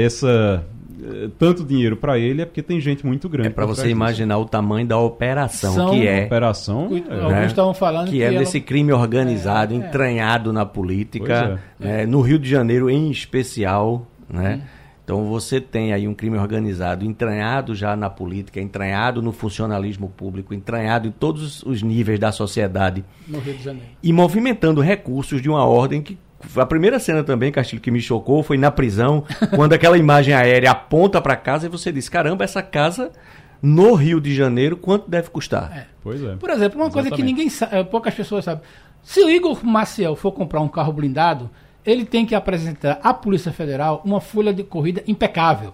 tanto dinheiro para ele porque tem gente muito grande. Para você imaginar o tamanho da operação que é. Alguns estavam falando que nesse crime organizado, entranhado na política, no Rio de Janeiro em especial, né? Então você tem aí um crime organizado entranhado já na política, entranhado no funcionalismo público, entranhado em todos os níveis da sociedade. No Rio de Janeiro. E movimentando recursos de uma ordem que... A primeira cena também, Castilho, que me chocou foi na prisão, quando aquela imagem aérea aponta para casa e você diz, caramba, essa casa no Rio de Janeiro, quanto deve custar? Pois é. Por exemplo, uma coisa que ninguém sabe, poucas pessoas sabem. Se o Igor Maciel for comprar um carro blindado, ele tem que apresentar à Polícia Federal uma folha de corrida impecável.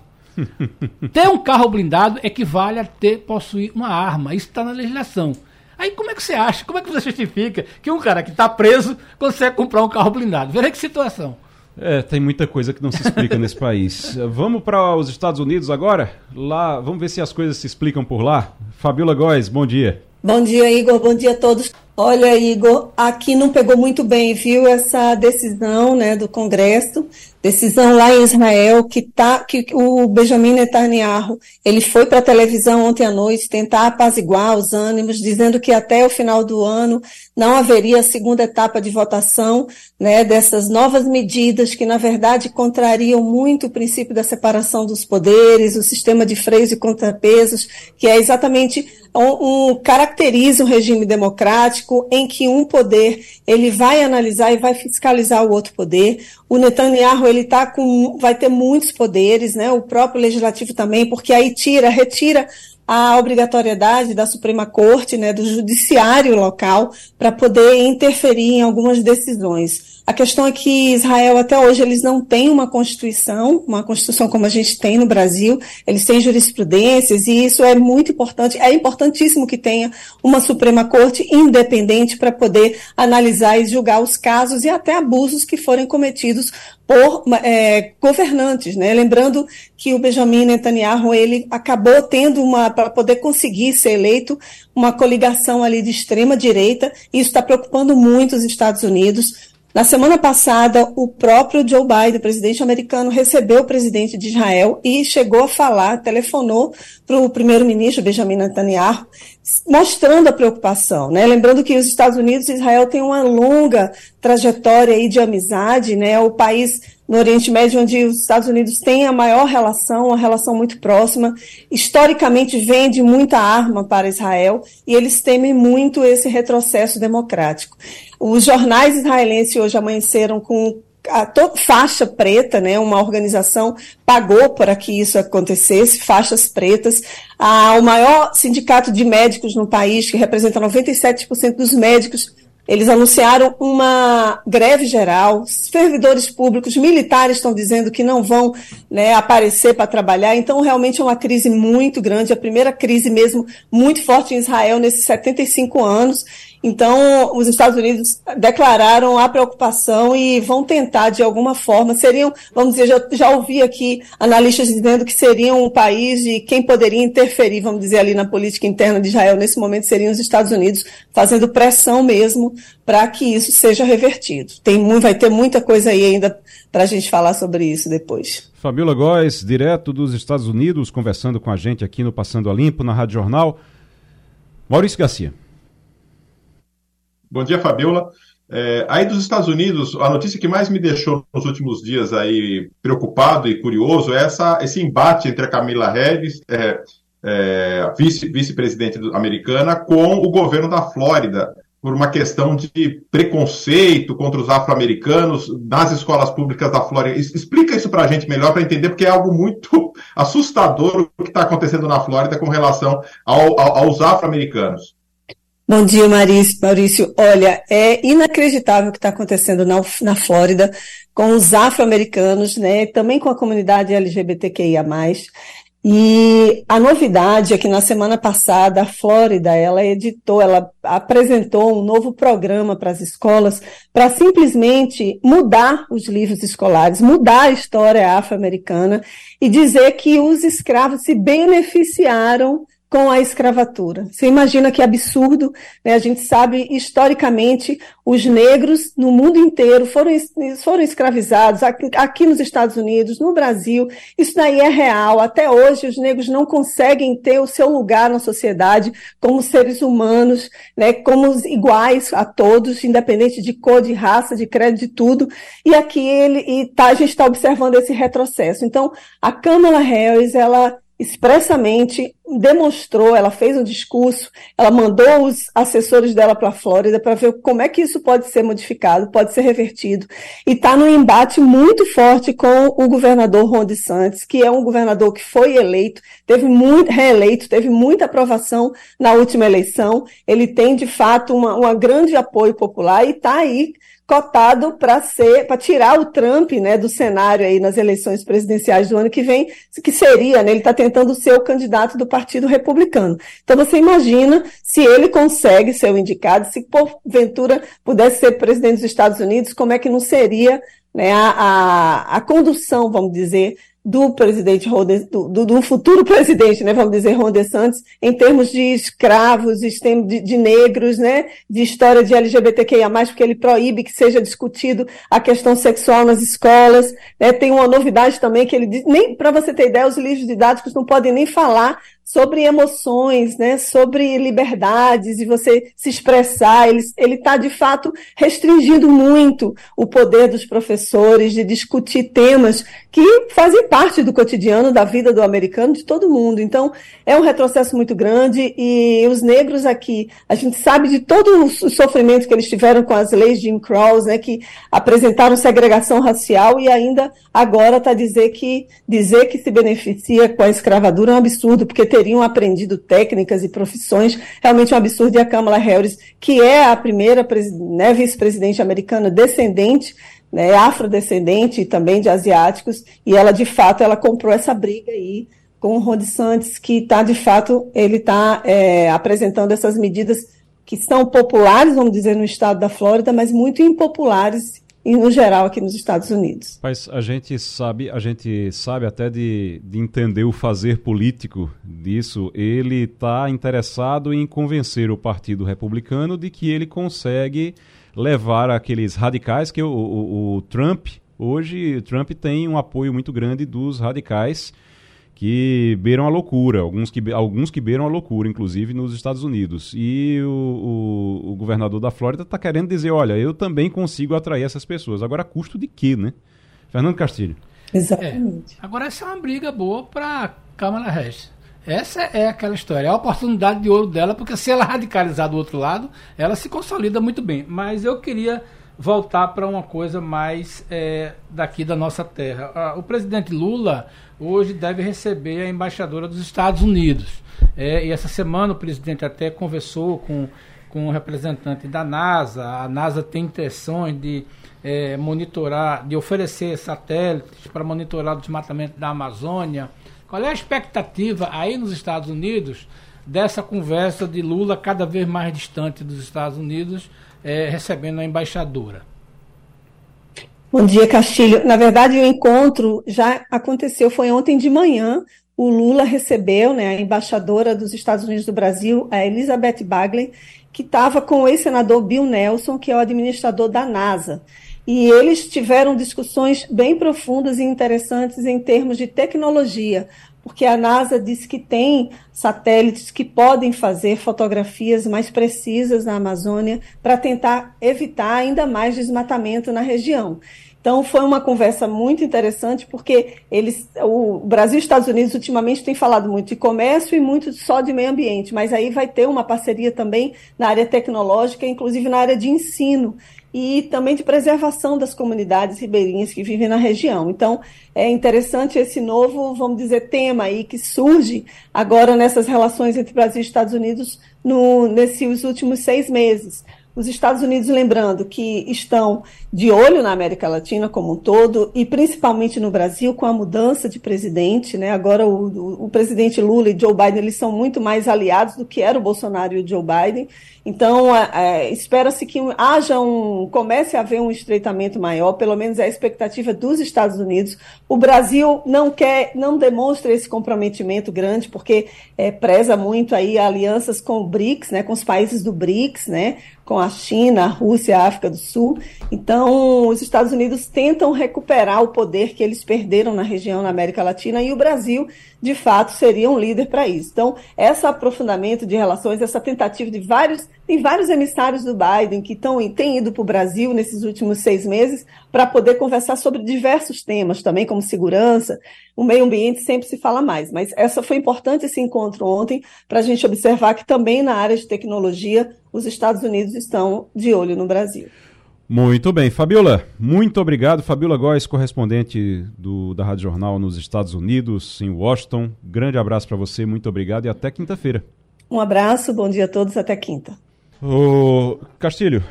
Ter um carro blindado equivale a possuir uma arma. Isso está na legislação. Aí como é que você acha, como é que você justifica que um cara que está preso consegue comprar um carro blindado? Veja que situação. Tem muita coisa que não se explica nesse país. Vamos para os Estados Unidos agora? Lá, vamos ver se as coisas se explicam por lá. Fabiola Góes, bom dia. Bom dia, Igor. Bom dia a todos. Olha, Igor, aqui não pegou muito bem, viu, essa decisão, né, do Congresso, decisão lá em Israel, que o Benjamin Netanyahu, ele foi para a televisão ontem à noite tentar apaziguar os ânimos, dizendo que até o final do ano não haveria a segunda etapa de votação, né, dessas novas medidas que, na verdade, contrariam muito o princípio da separação dos poderes, o sistema de freios e contrapesos, que é exatamente caracteriza um regime democrático em que um poder ele vai analisar e vai fiscalizar o outro poder. O Netanyahu ele vai ter muitos poderes, né? O próprio legislativo também, porque aí retira a obrigatoriedade da Suprema Corte, né, do judiciário local, para poder interferir em algumas decisões. A questão é que Israel, até hoje, eles não têm uma constituição como a gente tem no Brasil, eles têm jurisprudências, e isso é muito importante, é importantíssimo que tenha uma Suprema Corte independente para poder analisar e julgar os casos e até abusos que forem cometidos por governantes, né? Lembrando que o Benjamin Netanyahu, ele acabou tendo para poder conseguir ser eleito, uma coligação ali de extrema direita, e isso está preocupando muito os Estados Unidos. Na semana passada, o próprio Joe Biden, presidente americano, recebeu o presidente de Israel e chegou a falar, telefonou para o primeiro-ministro Benjamin Netanyahu, mostrando a preocupação, né? Lembrando que os Estados Unidos e Israel têm uma longa trajetória aí de amizade, né? O país no Oriente Médio onde os Estados Unidos têm a maior relação, uma relação muito próxima, historicamente vende muita arma para Israel e eles temem muito esse retrocesso democrático. Os jornais israelenses hoje amanheceram com a faixa preta, né? Uma organização pagou para que isso acontecesse, faixas pretas. O maior sindicato de médicos no país, que representa 97% dos médicos, eles anunciaram uma greve geral. Servidores públicos, militares estão dizendo que não vão, né, aparecer para trabalhar. Então, realmente é uma crise muito grande, a primeira crise mesmo muito forte em Israel nesses 75 anos. Então, os Estados Unidos declararam a preocupação e vão tentar, de alguma forma, vamos dizer, já ouvi aqui analistas dizendo que seriam um país de quem poderia interferir, vamos dizer, ali na política interna de Israel, nesse momento seriam os Estados Unidos, fazendo pressão mesmo para que isso seja revertido. Vai ter muita coisa aí ainda para a gente falar sobre isso depois. Fabiola Góes, direto dos Estados Unidos, conversando com a gente aqui no Passando a Limpo, na Rádio Jornal. Maurício Garcia. Bom dia, Fabiola. Aí dos Estados Unidos, a notícia que mais me deixou nos últimos dias aí preocupado e curioso é esse embate entre a Kamala Harris, vice-presidente americana, com o governo da Flórida, por uma questão de preconceito contra os afro-americanos nas escolas públicas da Flórida. Explica isso para a gente melhor, para entender, porque é algo muito assustador o que está acontecendo na Flórida com relação aos afro-americanos. Bom dia, Maurício. Olha, é inacreditável o que está acontecendo na Flórida com os afro-americanos, né? Também com a comunidade LGBTQIA+. E a novidade é que na semana passada a Flórida, ela apresentou um novo programa para as escolas para simplesmente mudar os livros escolares, mudar a história afro-americana e dizer que os escravos se beneficiaram com a escravatura. Você imagina que absurdo, né? A gente sabe, historicamente, os negros no mundo inteiro foram escravizados, aqui nos Estados Unidos, no Brasil, isso daí é real. Até hoje, os negros não conseguem ter o seu lugar na sociedade como seres humanos, né? Como iguais a todos, independente de cor, de raça, de credo, de tudo. E aqui a gente está observando esse retrocesso. Então, a Kamala Harris, ela expressamente demonstrou, ela fez um discurso, ela mandou os assessores dela para a Flórida para ver como é que isso pode ser modificado, pode ser revertido, e está num embate muito forte com o governador Ron DeSantis, que é um governador que foi eleito, reeleito, teve muita aprovação na última eleição, ele tem de fato um grande apoio popular e está aí cotado para tirar o Trump, né, do cenário aí nas eleições presidenciais do ano que vem, que seria, né, ele está tentando ser o candidato do Partido Republicano. Então você imagina se ele consegue ser o indicado, se porventura pudesse ser presidente dos Estados Unidos, como é que não seria, né, a condução, vamos dizer, do presidente do futuro presidente, né, vamos dizer, Ron DeSantis, em termos de escravos, de negros, né, de história de LGBTQIA+, porque ele proíbe que seja discutido a questão sexual nas escolas, né. Tem uma novidade também que ele diz, nem para você ter ideia, os livros didáticos não podem nem falar sobre emoções, né, sobre liberdades e você se expressar. Ele está, de fato, restringindo muito o poder dos professores de discutir temas que fazem parte do cotidiano da vida do americano, de todo mundo. Então, é um retrocesso muito grande e os negros aqui, a gente sabe de todo o sofrimento que eles tiveram com as leis de Jim Crow, né, que apresentaram segregação racial e ainda agora está dizer que se beneficia com a escravatura é um absurdo, porque teriam aprendido técnicas e profissões, realmente um absurdo. E a Kamala Harris, que é a primeira vice-presidente americana descendente, né, afrodescendente e também de asiáticos, e ela, de fato, ela comprou essa briga aí com o Ron DeSantis, que está, de fato, ele está apresentando essas medidas que são populares, vamos dizer, no estado da Flórida, mas muito impopulares e no geral aqui nos Estados Unidos. Mas a gente sabe até de entender o fazer político disso. Ele está interessado em convencer o Partido Republicano de que ele consegue levar aqueles radicais, que o Trump, hoje o Trump tem um apoio muito grande dos radicais que beiram a loucura, alguns que beiram a loucura, inclusive nos Estados Unidos. E o governador da Flórida está querendo dizer, olha, eu também consigo atrair essas pessoas. Agora, a custo de quê, né? Fernando Castilho. Exatamente. Agora, essa é uma briga boa para Kamala Harris. Essa é aquela história, é a oportunidade de ouro dela, porque se ela radicalizar do outro lado, ela se consolida muito bem. Mas eu queria voltar para uma coisa mais daqui da nossa terra. O presidente Lula hoje deve receber a embaixadora dos Estados Unidos. E essa semana o presidente até conversou com o representante da NASA. A NASA tem intenções de monitorar, de oferecer satélites para monitorar o desmatamento da Amazônia. Qual é a expectativa aí nos Estados Unidos dessa conversa de Lula cada vez mais distante dos Estados Unidos, recebendo a embaixadora? Bom dia, Castilho. Na verdade, o encontro já aconteceu, foi ontem de manhã. O Lula recebeu, né, a embaixadora dos Estados Unidos do Brasil, a Elizabeth Bagley, que estava com o ex-senador Bill Nelson, que é o administrador da NASA. E eles tiveram discussões bem profundas e interessantes em termos de tecnologia, porque a NASA diz que tem satélites que podem fazer fotografias mais precisas na Amazônia para tentar evitar ainda mais desmatamento na região. Então, foi uma conversa muito interessante, porque o Brasil e os Estados Unidos ultimamente têm falado muito de comércio e muito só de meio ambiente, mas aí vai ter uma parceria também na área tecnológica, inclusive na área de ensino, e também de preservação das comunidades ribeirinhas que vivem na região. Então, é interessante esse novo, vamos dizer, tema aí que surge agora nessas relações entre Brasil e Estados Unidos nesses últimos 6 meses. Os Estados Unidos, lembrando que estão de olho na América Latina como um todo, e principalmente no Brasil, com a mudança de presidente, né? Agora o presidente Lula e Joe Biden, eles são muito mais aliados do que era o Bolsonaro e o Joe Biden. Então, espera-se que comece a haver um estreitamento maior, pelo menos é a expectativa dos Estados Unidos. O Brasil não demonstra esse comprometimento grande, porque preza muito aí alianças com o BRICS, né, com os países do BRICS, né, com a China, a Rússia, a África do Sul. Então, os Estados Unidos tentam recuperar o poder que eles perderam na região, na América Latina, e o Brasil, de fato, seria um líder para isso. Então, esse aprofundamento de relações, essa tentativa de tem vários emissários do Biden que têm ido para o Brasil nesses últimos 6 meses para poder conversar sobre diversos temas, também como segurança, o meio ambiente sempre se fala mais, mas foi importante esse encontro ontem para a gente observar que também na área de tecnologia os Estados Unidos estão de olho no Brasil. Muito bem, Fabiola, muito obrigado. Fabiola Góes, correspondente da Rádio Jornal nos Estados Unidos, em Washington. Grande abraço para você, muito obrigado e até quinta-feira. Um abraço, bom dia a todos, até quinta. Ô, Castilho,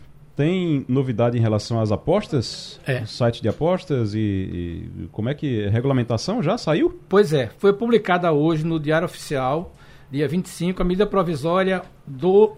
tem novidade em relação às apostas? O site de apostas e como é que... Regulamentação já saiu? Pois é, foi publicada hoje no Diário Oficial, dia 25, a medida provisória do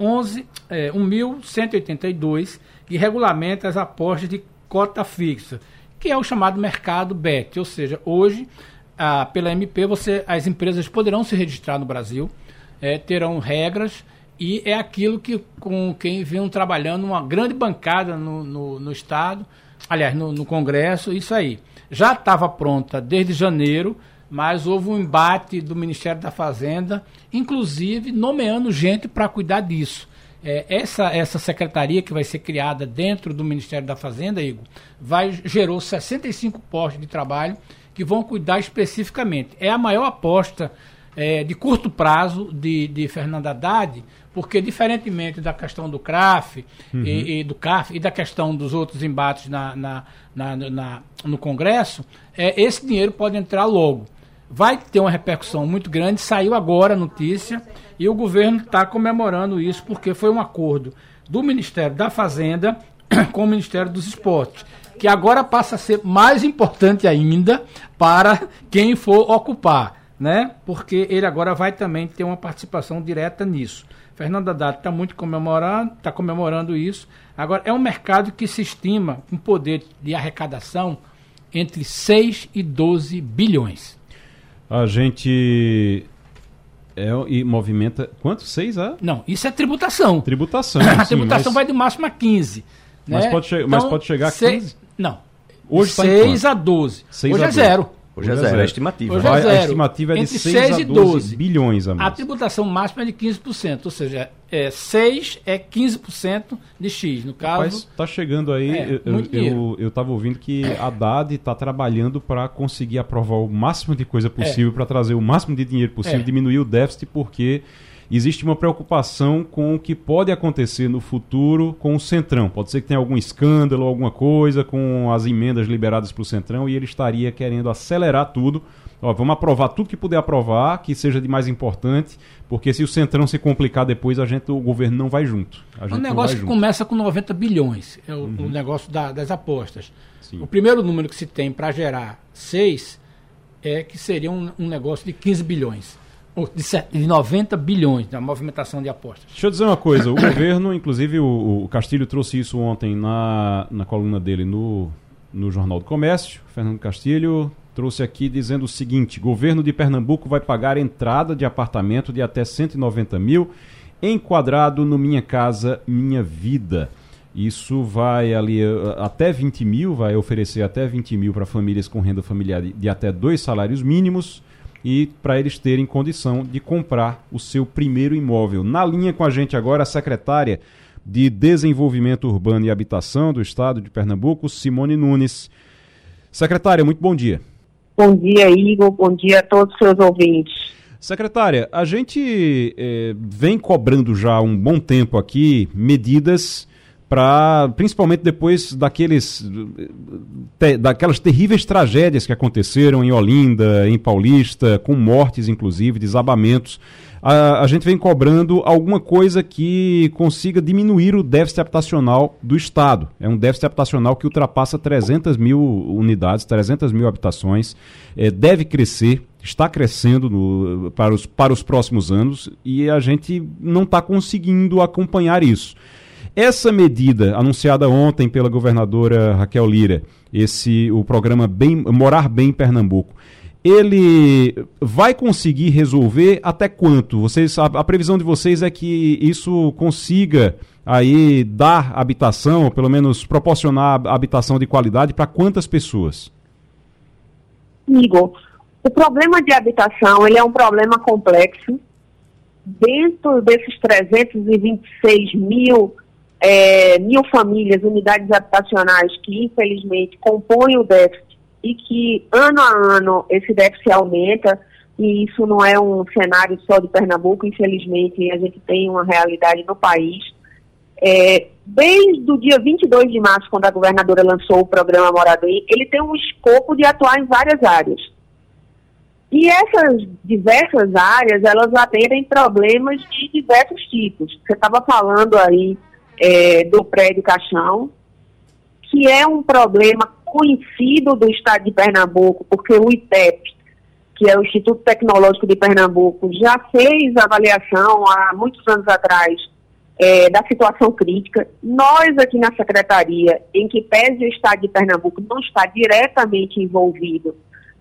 1182, que regulamenta as apostas de cota fixa, que é o chamado mercado BET, ou seja, hoje, pela MP, as empresas poderão se registrar no Brasil, terão regras, e é aquilo com quem vem trabalhando uma grande bancada no Estado, aliás, no Congresso, isso aí. Já estava pronta desde janeiro, mas houve um embate do Ministério da Fazenda, inclusive nomeando gente para cuidar disso. Essa secretaria que vai ser criada dentro do Ministério da Fazenda, Igor, gerou 65 postos de trabalho que vão cuidar especificamente. É a maior aposta de curto prazo de Fernando Haddad, porque diferentemente da questão do CRAF e do CAF e da questão dos outros embates no Congresso, esse dinheiro pode entrar logo. vai ter uma repercussão muito grande. Saiu agora a notícia e o governo está comemorando isso porque foi um acordo do Ministério da Fazenda com o Ministério dos Esportes, que agora passa a ser mais importante ainda para quem for ocupar, né? Porque ele agora vai também ter uma participação direta nisso. Fernando Haddad está comemorando isso. Agora, é um mercado que se estima um poder de arrecadação entre 6 e 12 bilhões. A gente e movimenta... Quanto? 6 a? Não, isso é tributação. Tributação. A tributação vai de máximo a 15. Mas, né? Mas pode chegar a 15? Não. Hoje 6 a 12. Hoje é zero. Hoje é zero, é a estimativa. Hoje é zero. A estimativa é de entre 6 a 12 bilhões a mais. A tributação máxima é de 15%, ou seja, 6 é 15% de X, no caso... Mas está chegando aí, eu estava ouvindo que a Haddad está trabalhando para conseguir aprovar o máximo de coisa possível, para trazer o máximo de dinheiro possível, diminuir o déficit, porque... existe uma preocupação com o que pode acontecer no futuro com o Centrão. Pode ser que tenha algum escândalo, alguma coisa com as emendas liberadas para o Centrão e ele estaria querendo acelerar tudo. Vamos aprovar tudo que puder aprovar, que seja de mais importante, porque se o Centrão se complicar depois, o governo não vai junto. O negócio que começa com 90 bilhões, é o negócio das apostas. Sim. O primeiro número que se tem para gerar 6 é que seria um negócio de 15 bilhões. De 90 bilhões da movimentação de apostas. Deixa eu dizer uma coisa, o governo, inclusive o Castilho trouxe isso ontem na coluna dele no Jornal do Comércio. Fernando Castilho trouxe aqui dizendo o seguinte: governo de Pernambuco vai pagar entrada de apartamento de até 190 mil, enquadrado no Minha Casa Minha Vida. Isso vai ali até 20 mil, vai oferecer até 20 mil para famílias com renda familiar de até 2 salários mínimos, e para eles terem condição de comprar o seu primeiro imóvel. Na linha com a gente agora, a secretária de Desenvolvimento Urbano e Habitação do Estado de Pernambuco, Simone Nunes. Secretária, muito bom dia. Bom dia, Igor. Bom dia a todos os seus ouvintes. Secretária, a gente vem cobrando já há um bom tempo aqui medidas principalmente depois daquelas terríveis tragédias que aconteceram em Olinda, em Paulista, com mortes inclusive, desabamentos. A gente vem cobrando alguma coisa que consiga diminuir o déficit habitacional do Estado. É um déficit habitacional que ultrapassa 300 mil unidades, 300 mil habitações, deve crescer, está crescendo para os próximos anos e a gente não está conseguindo acompanhar isso. Essa medida anunciada ontem pela governadora Raquel Lira, o programa Morar Bem em Pernambuco, ele vai conseguir resolver até quanto? A previsão de vocês é que isso consiga aí dar habitação, ou pelo menos proporcionar habitação de qualidade para quantas pessoas? Igor, o problema de habitação ele é um problema complexo. Dentro desses 326 mil famílias, unidades habitacionais que infelizmente compõem o déficit e que ano a ano esse déficit aumenta, e isso não é um cenário só de Pernambuco, infelizmente a gente tem uma realidade no país. Desde o dia 22 de março, quando a governadora lançou o programa Morar Bem, ele tem um escopo de atuar em várias áreas. E essas diversas áreas, elas atendem problemas de diversos tipos. Você estava falando aí do prédio Caixão, que é um problema conhecido do Estado de Pernambuco, porque o ITEP, que é o Instituto Tecnológico de Pernambuco, já fez avaliação há muitos anos atrás da situação crítica. Nós aqui na Secretaria, em que pese o Estado de Pernambuco não está diretamente envolvido,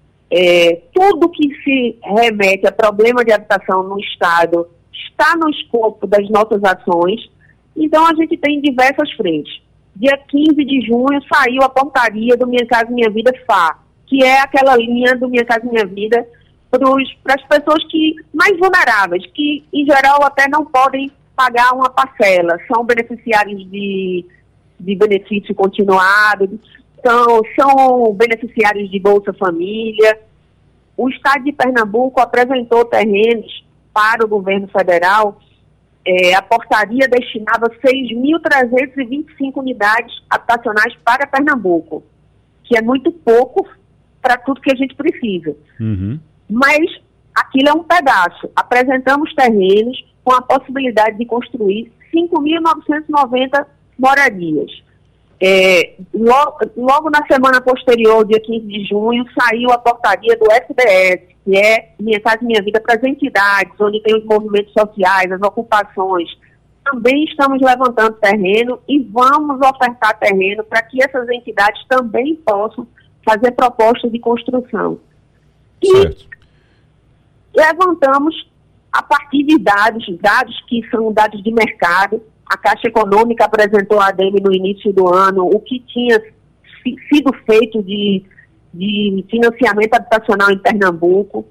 tudo que se remete a problema de habitação no Estado está no escopo das nossas ações. Então, a gente tem diversas frentes. Dia 15 de junho saiu a portaria do Minha Casa Minha Vida FA, que é aquela linha do Minha Casa Minha Vida para as pessoas mais vulneráveis, que em geral até não podem pagar uma parcela, são beneficiários de benefício continuado, são beneficiários de Bolsa Família. O Estado de Pernambuco apresentou terrenos para o governo federal. A portaria destinava 6.325 unidades habitacionais para Pernambuco, que é muito pouco para tudo que a gente precisa. Uhum. Mas aquilo é um pedaço. Apresentamos terrenos com a possibilidade de construir 5.990 moradias. Logo na semana posterior, dia 15 de junho, saiu a portaria do SDS, que é Minha Casa Minha Vida, para as entidades, onde tem os movimentos sociais, as ocupações. Também estamos levantando terreno e vamos ofertar terreno para que essas entidades também possam fazer propostas de construção. Certo. E levantamos a partir de dados que são dados de mercado. A Caixa Econômica apresentou a ADEME no início do ano o que tinha sido feito de financiamento habitacional em Pernambuco.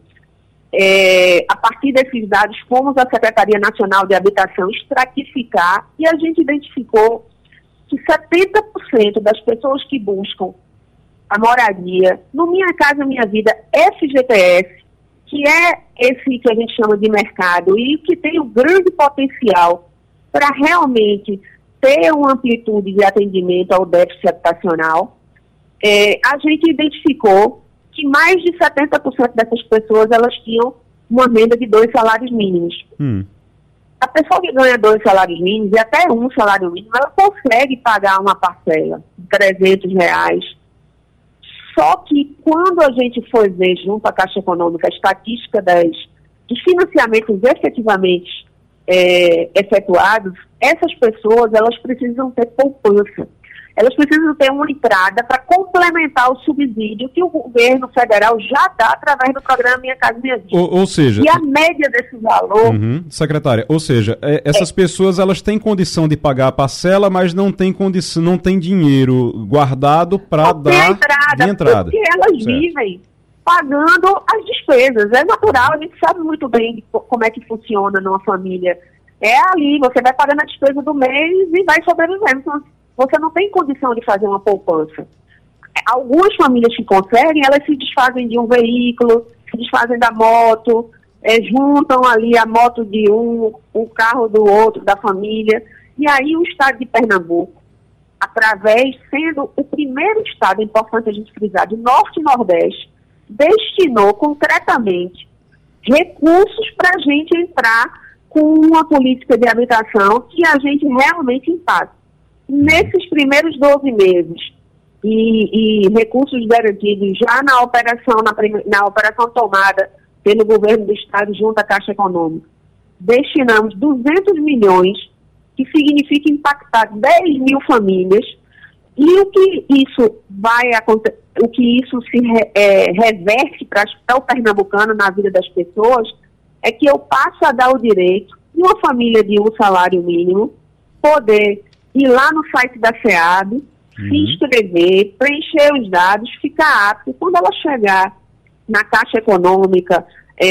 A partir desses dados, fomos à Secretaria Nacional de Habitação estratificar e a gente identificou que 70% das pessoas que buscam a moradia no Minha Casa Minha Vida FGTS, que é esse que a gente chama de mercado e que tem um grande potencial para realmente ter uma amplitude de atendimento ao déficit habitacional, a gente identificou que mais de 70% dessas pessoas, elas tinham uma renda de 2 salários mínimos. A pessoa que ganha 2 salários mínimos e até 1 salário mínimo, ela consegue pagar uma parcela de R$300. Só que quando a gente foi ver junto à Caixa Econômica a estatística dos financiamentos efetivamente efetuados, essas pessoas, elas precisam ter poupança. Elas precisam ter uma entrada para complementar o subsídio que o governo federal já dá através do programa Minha Casa Minha Vida. Ou seja... E a média desse valor... Secretária, ou seja, essas pessoas, elas têm condição de pagar a parcela, mas não têm condição, não tem dinheiro guardado para dar de entrada. Porque elas vivem pagando as despesas. É natural, a gente sabe muito bem como é que funciona numa família. É ali, você vai pagando a despesa do mês e vai sobrevivendo. Então, você não tem condição de fazer uma poupança. Algumas famílias que conseguem, elas se desfazem de um veículo, se desfazem da moto, juntam ali a moto de o carro do outro, da família. E aí o estado de Pernambuco, sendo o primeiro estado, é importante a gente frisar, do Norte e Nordeste, destinou concretamente recursos para a gente entrar com uma política de habitação que a gente realmente impacta. Nesses primeiros 12 meses, e recursos garantidos já na operação tomada pelo governo do estado junto à Caixa Econômica, destinamos 200 milhões, que significa impactar 10 mil famílias, e o que isso vai acontecer, o que isso se reverte para o pernambucano na vida das pessoas, é que eu passo a dar o direito de uma família de 1 salário mínimo poder ir lá no site da SEAB, se inscrever, preencher os dados, ficar apto. Quando ela chegar na Caixa Econômica,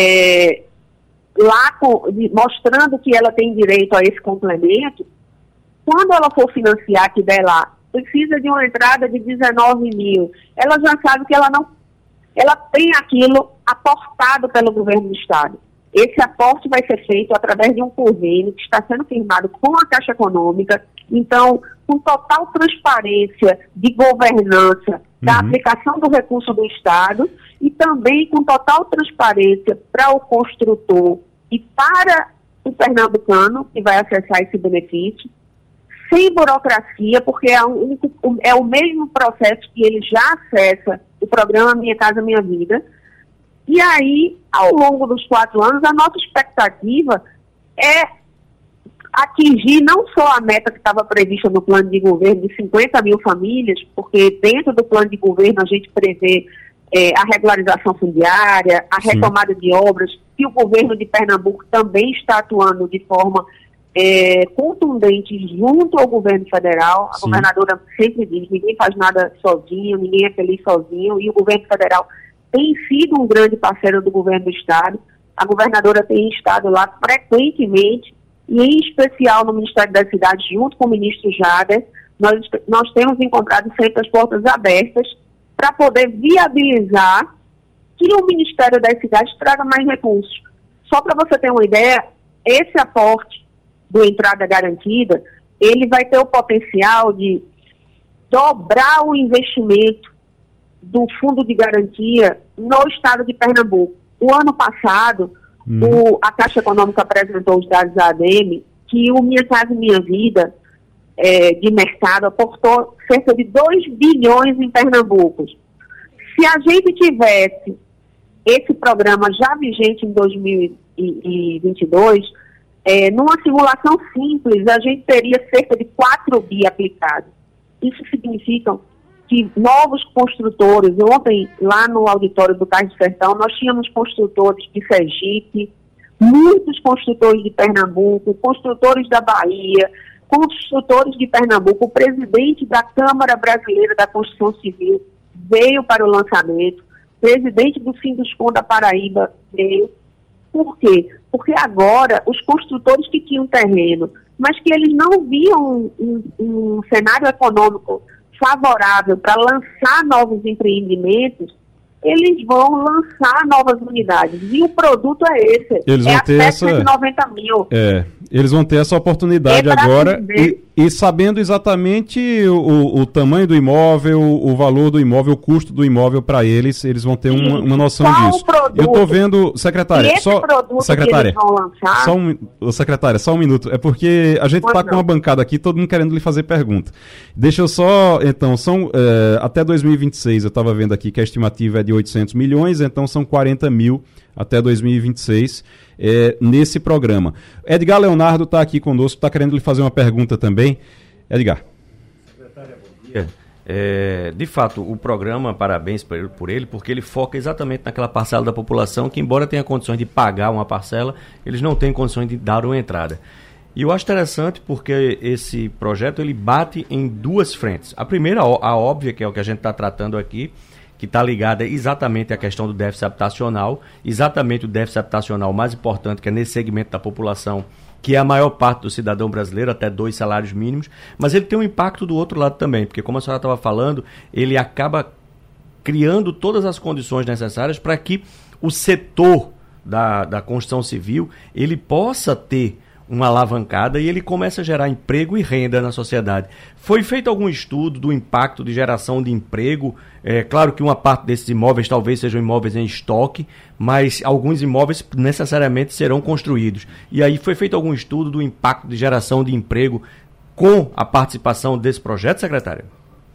mostrando que ela tem direito a esse complemento, quando ela for financiar, que der lá, precisa de uma entrada de 19 mil, ela já sabe que ela tem aquilo aportado pelo governo do estado. Esse aporte vai ser feito através de um convênio que está sendo firmado com a Caixa Econômica. Então, com total transparência de governança da aplicação do recurso do Estado e também com total transparência para o construtor e para o pernambucano que vai acessar esse benefício, sem burocracia, porque é o mesmo processo que ele já acessa o programa Minha Casa Minha Vida. E aí, ao longo dos 4 anos, a nossa expectativa é atingir não só a meta que estava prevista no plano de governo de 50 mil famílias, porque dentro do plano de governo a gente prevê a regularização fundiária, a retomada de obras, que o governo de Pernambuco também está atuando de forma contundente junto ao governo federal. A governadora sempre diz, ninguém faz nada sozinho, ninguém é feliz sozinho, e o governo federal tem sido um grande parceiro do governo do estado. A governadora tem estado lá frequentemente, e em especial no Ministério das Cidades, junto com o ministro Jader, nós temos encontrado sempre as portas abertas para poder viabilizar que o Ministério das Cidades traga mais recursos. Só para você ter uma ideia, esse aporte do entrada garantida, ele vai ter o potencial de dobrar o investimento do fundo de garantia no estado de Pernambuco. O ano passado, a Caixa Econômica apresentou os dados da ADM que o Minha Casa Minha Vida de mercado aportou cerca de 2 bilhões em Pernambuco. Se a gente tivesse esse programa já vigente em 2022, numa simulação simples, a gente teria cerca de 4 bi aplicados. Isso significa que novos construtores, ontem lá no auditório do Cais do Sertão, nós tínhamos construtores de Sergipe, muitos construtores de Pernambuco, construtores da Bahia, construtores de Pernambuco. O presidente da Câmara Brasileira da Construção Civil veio para o lançamento, o presidente do Sinduscom da Paraíba veio. Por quê? Porque agora os construtores que tinham terreno, mas que eles não viam um cenário econômico favorável para lançar novos empreendimentos, eles vão lançar novas unidades. E o produto é esse. Eles vão ter até 190 mil. Eles vão ter essa oportunidade agora e sabendo exatamente o tamanho do imóvel, o valor do imóvel, o custo do imóvel para eles vão ter uma noção disso. Eu estou vendo, secretária, secretária, só um minuto. É porque a gente está com uma bancada aqui, todo mundo querendo lhe fazer pergunta. Deixa eu só, então, até 2026, eu estava vendo aqui que a estimativa é de 800 milhões, então são 40 mil até 2026 nesse programa. Edgar Leonardo está aqui conosco, está querendo lhe fazer uma pergunta também. Edgar. Secretária, bom dia. De fato, o programa, parabéns por ele, porque ele foca exatamente naquela parcela da população que, embora tenha condições de pagar uma parcela, eles não têm condições de dar uma entrada. E eu acho interessante porque esse projeto ele bate em 2 frentes. A primeira, a óbvia, que é o que a gente está tratando aqui, que está ligada exatamente à questão do déficit habitacional, exatamente o déficit habitacional mais importante, que é nesse segmento da população, que é a maior parte do cidadão brasileiro, até 2 salários mínimos, mas ele tem um impacto do outro lado também, porque como a senhora estava falando, ele acaba criando todas as condições necessárias para que o setor da construção civil, ele possa ter uma alavancada e ele começa a gerar emprego e renda na sociedade. Foi feito algum estudo do impacto de geração de emprego? Claro que uma parte desses imóveis talvez sejam imóveis em estoque, mas alguns imóveis necessariamente serão construídos. E aí foi feito algum estudo do impacto de geração de emprego com a participação desse projeto, secretária?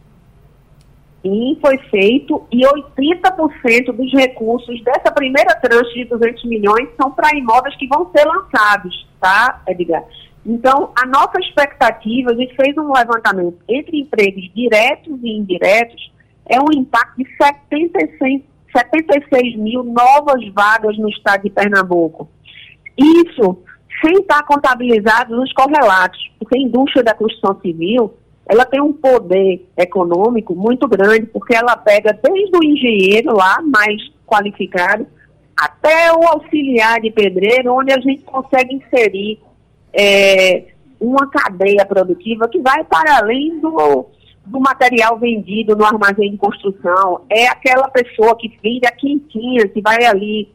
Sim, foi feito, e 80% dos recursos dessa primeira tranche de 200 milhões são para imóveis que vão ser lançados, tá, Edgar? Então, a nossa expectativa, a gente fez um levantamento entre empregos diretos e indiretos, é um impacto de 76 mil novas vagas no estado de Pernambuco. Isso sem estar contabilizados os correlatos, porque a indústria da construção civil, ela tem um poder econômico muito grande, porque ela pega desde o engenheiro lá, mais qualificado, até o auxiliar de pedreiro, onde a gente consegue inserir uma cadeia produtiva que vai para além do material vendido no armazém de construção. É aquela pessoa que vende a quentinha, que vai ali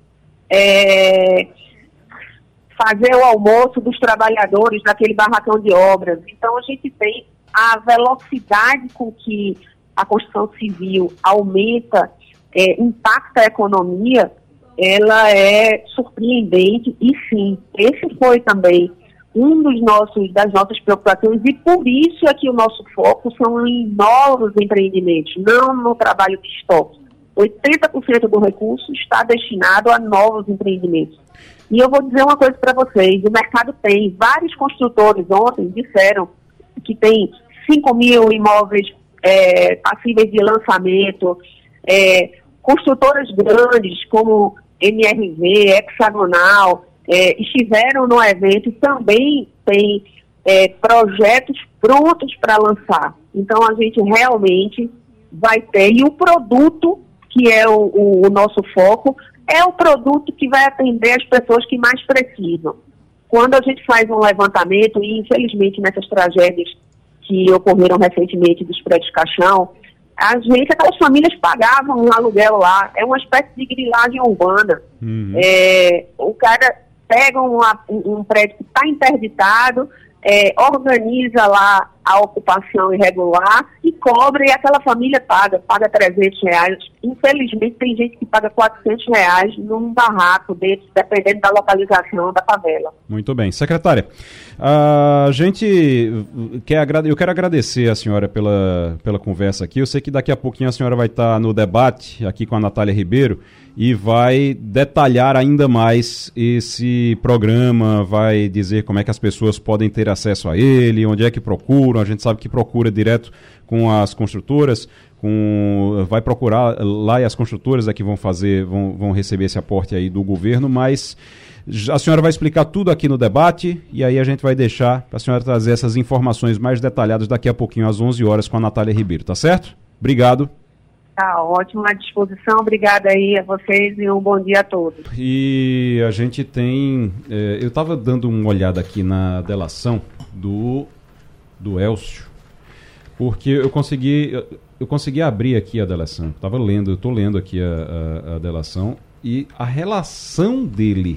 fazer o almoço dos trabalhadores naquele barracão de obras. Então, a gente tem a velocidade com que a construção civil aumenta, impacta a economia, ela é surpreendente. E sim, esse foi também das nossas preocupações, e por isso é que o nosso foco são em novos empreendimentos, não no trabalho de estoque. 80% do recurso está destinado a novos empreendimentos. E eu vou dizer uma coisa para vocês, o mercado tem, vários construtores ontem disseram que tem 5 mil imóveis passíveis de lançamento, construtoras grandes como MRV, Hexagonal, estiveram no evento e também tem projetos prontos para lançar. Então a gente realmente vai ter, e o produto, que é o nosso foco, é o produto que vai atender as pessoas que mais precisam. Quando a gente faz um levantamento, e infelizmente nessas tragédias que ocorreram recentemente dos prédios caixão, aquelas famílias pagavam um aluguel lá, é uma espécie de grilagem urbana. Uhum. O cara pega um prédio que está interditado, organiza lá a ocupação irregular e cobra, e aquela família paga R$300. Infelizmente, tem gente que paga R$400 num barraco desse, dependendo da localização da favela. Muito bem. Secretária, eu quero agradecer a senhora pela conversa aqui. Eu sei que daqui a pouquinho a senhora vai estar no debate aqui com a Natália Ribeiro e vai detalhar ainda mais esse programa, vai dizer como é que as pessoas podem ter acesso a ele, onde é que procuram. A gente sabe que procura direto com as construtoras, vai procurar lá e as construtoras é que vão receber esse aporte aí do governo, mas a senhora vai explicar tudo aqui no debate e aí a gente vai deixar para a senhora trazer essas informações mais detalhadas daqui a pouquinho às 11 horas com a Natália Ribeiro, tá certo? Obrigado. Tá ótimo, à disposição. Obrigada aí a vocês e um bom dia a todos. E a gente tem... eu estava dando uma olhada aqui na delação do Elcio, porque eu consegui abrir aqui a delação. Eu estou lendo aqui a delação e a relação dele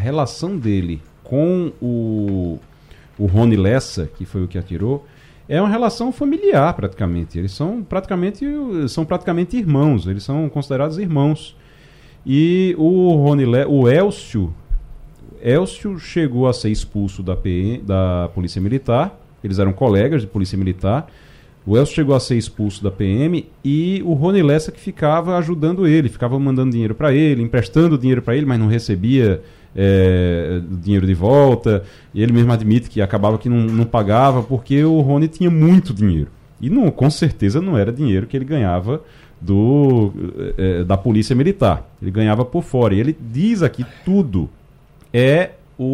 com o Rony Lessa, que foi o que atirou, é uma relação familiar praticamente. Eles são praticamente irmãos, eles são considerados irmãos. E o Elcio chegou a ser expulso da Polícia Militar, eles eram colegas de Polícia Militar. O Elcio chegou a ser expulso da PM e o Rony Lessa que ficava ajudando ele, ficava mandando dinheiro para ele, emprestando dinheiro para ele, mas não recebia dinheiro de volta. E ele mesmo admite que acabava que não pagava porque o Rony tinha muito dinheiro. E com certeza não era dinheiro que ele ganhava da Polícia Militar. Ele ganhava por fora. E ele diz aqui tudo é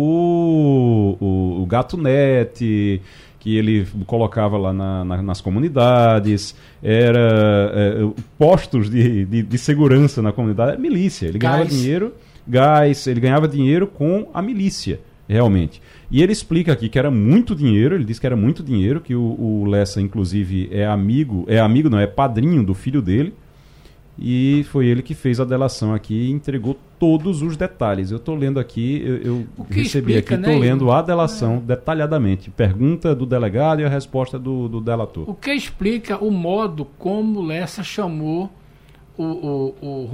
o Gato Net, que ele colocava lá nas comunidades, era postos de segurança na comunidade, milícia. Ele ganhava dinheiro, ele ganhava dinheiro com a milícia, realmente. E ele explica aqui que era muito dinheiro, ele diz que era muito dinheiro, que o Lessa, inclusive, é padrinho do filho dele, e foi ele que fez a delação aqui e entregou todos os detalhes. Eu estou lendo aqui, eu recebi aqui, estou lendo a delação detalhadamente. Pergunta do delegado e a resposta do delator. O que explica o modo como Lessa chamou o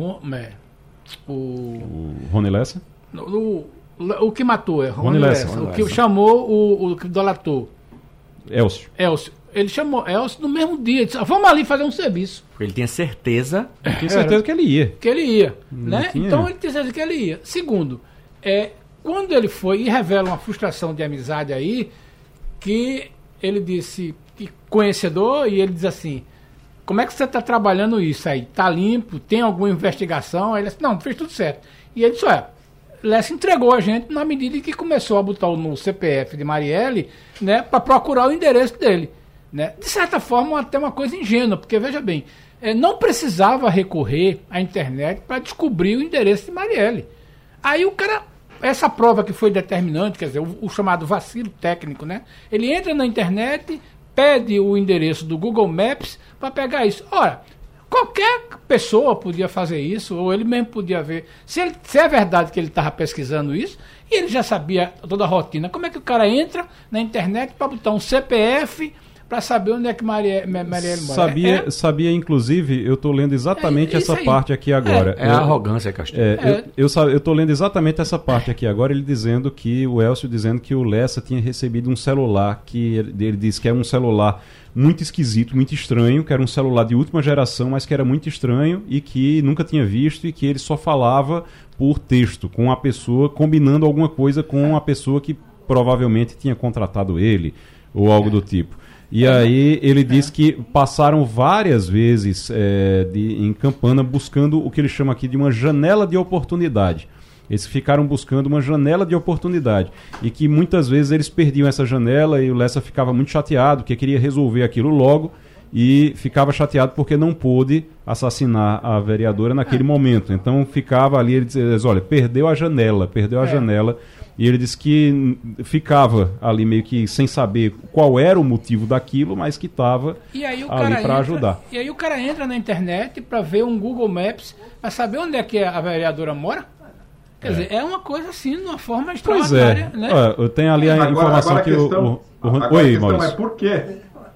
Rony Lessa? O que matou Rony Lessa. O que chamou o delator. Elcio. Ele chamou Elcio no mesmo dia. Disse, vamos ali fazer um serviço. Porque ele tinha certeza. Que ele ia. Né? Então ele tinha certeza que ele ia. Segundo, quando ele foi, e revela uma frustração de amizade aí, que ele disse que conhecedor, e ele diz assim, como é que você está trabalhando isso aí? Está limpo? Tem alguma investigação? Aí ele disse, não, fez tudo certo. E ele disse, Lessa entregou a gente na medida em que começou a botar no CPF de Marielle, né, para procurar o endereço dele. Né? De certa forma, até uma coisa ingênua, porque, veja bem, não precisava recorrer à internet para descobrir o endereço de Marielle. Aí o cara, essa prova que foi determinante, quer dizer, o chamado vacilo técnico, né? Ele entra na internet, pede o endereço do Google Maps para pegar isso. Ora, qualquer pessoa podia fazer isso, ou ele mesmo podia ver. Se é verdade que ele estava pesquisando isso, e ele já sabia toda a rotina, como é que o cara entra na internet para botar um CPF para saber onde é que Marielle mora? Sabia, inclusive, eu estou lendo exatamente essa parte aqui agora. É a arrogância, Castilho. Eu estou lendo exatamente essa parte aqui agora, o Elcio dizendo que o Lessa tinha recebido um celular, que ele disse que é um celular muito esquisito, muito estranho, que era um celular de última geração, mas que era muito estranho e que nunca tinha visto e que ele só falava por texto, com a pessoa, combinando alguma coisa com a pessoa que provavelmente tinha contratado ele, ou algo do tipo. E aí ele diz que passaram várias vezes em Campana buscando o que ele chama aqui de uma janela de oportunidade. Eles ficaram buscando uma janela de oportunidade e que muitas vezes eles perdiam essa janela e o Lessa ficava muito chateado, porque queria resolver aquilo logo e ficava chateado porque não pôde assassinar a vereadora naquele momento. Então ficava ali, ele dizia, olha, perdeu a janela. E ele disse que ficava ali meio que sem saber qual era o motivo daquilo, mas que estava ali para ajudar. E aí o cara entra na internet para ver um Google Maps, para saber onde é que a vereadora mora. Quer dizer, é uma coisa assim, de uma forma extraordinária. Pois é. Né? Eu tenho ali a informação que Oi, Maurício. Mas por quê?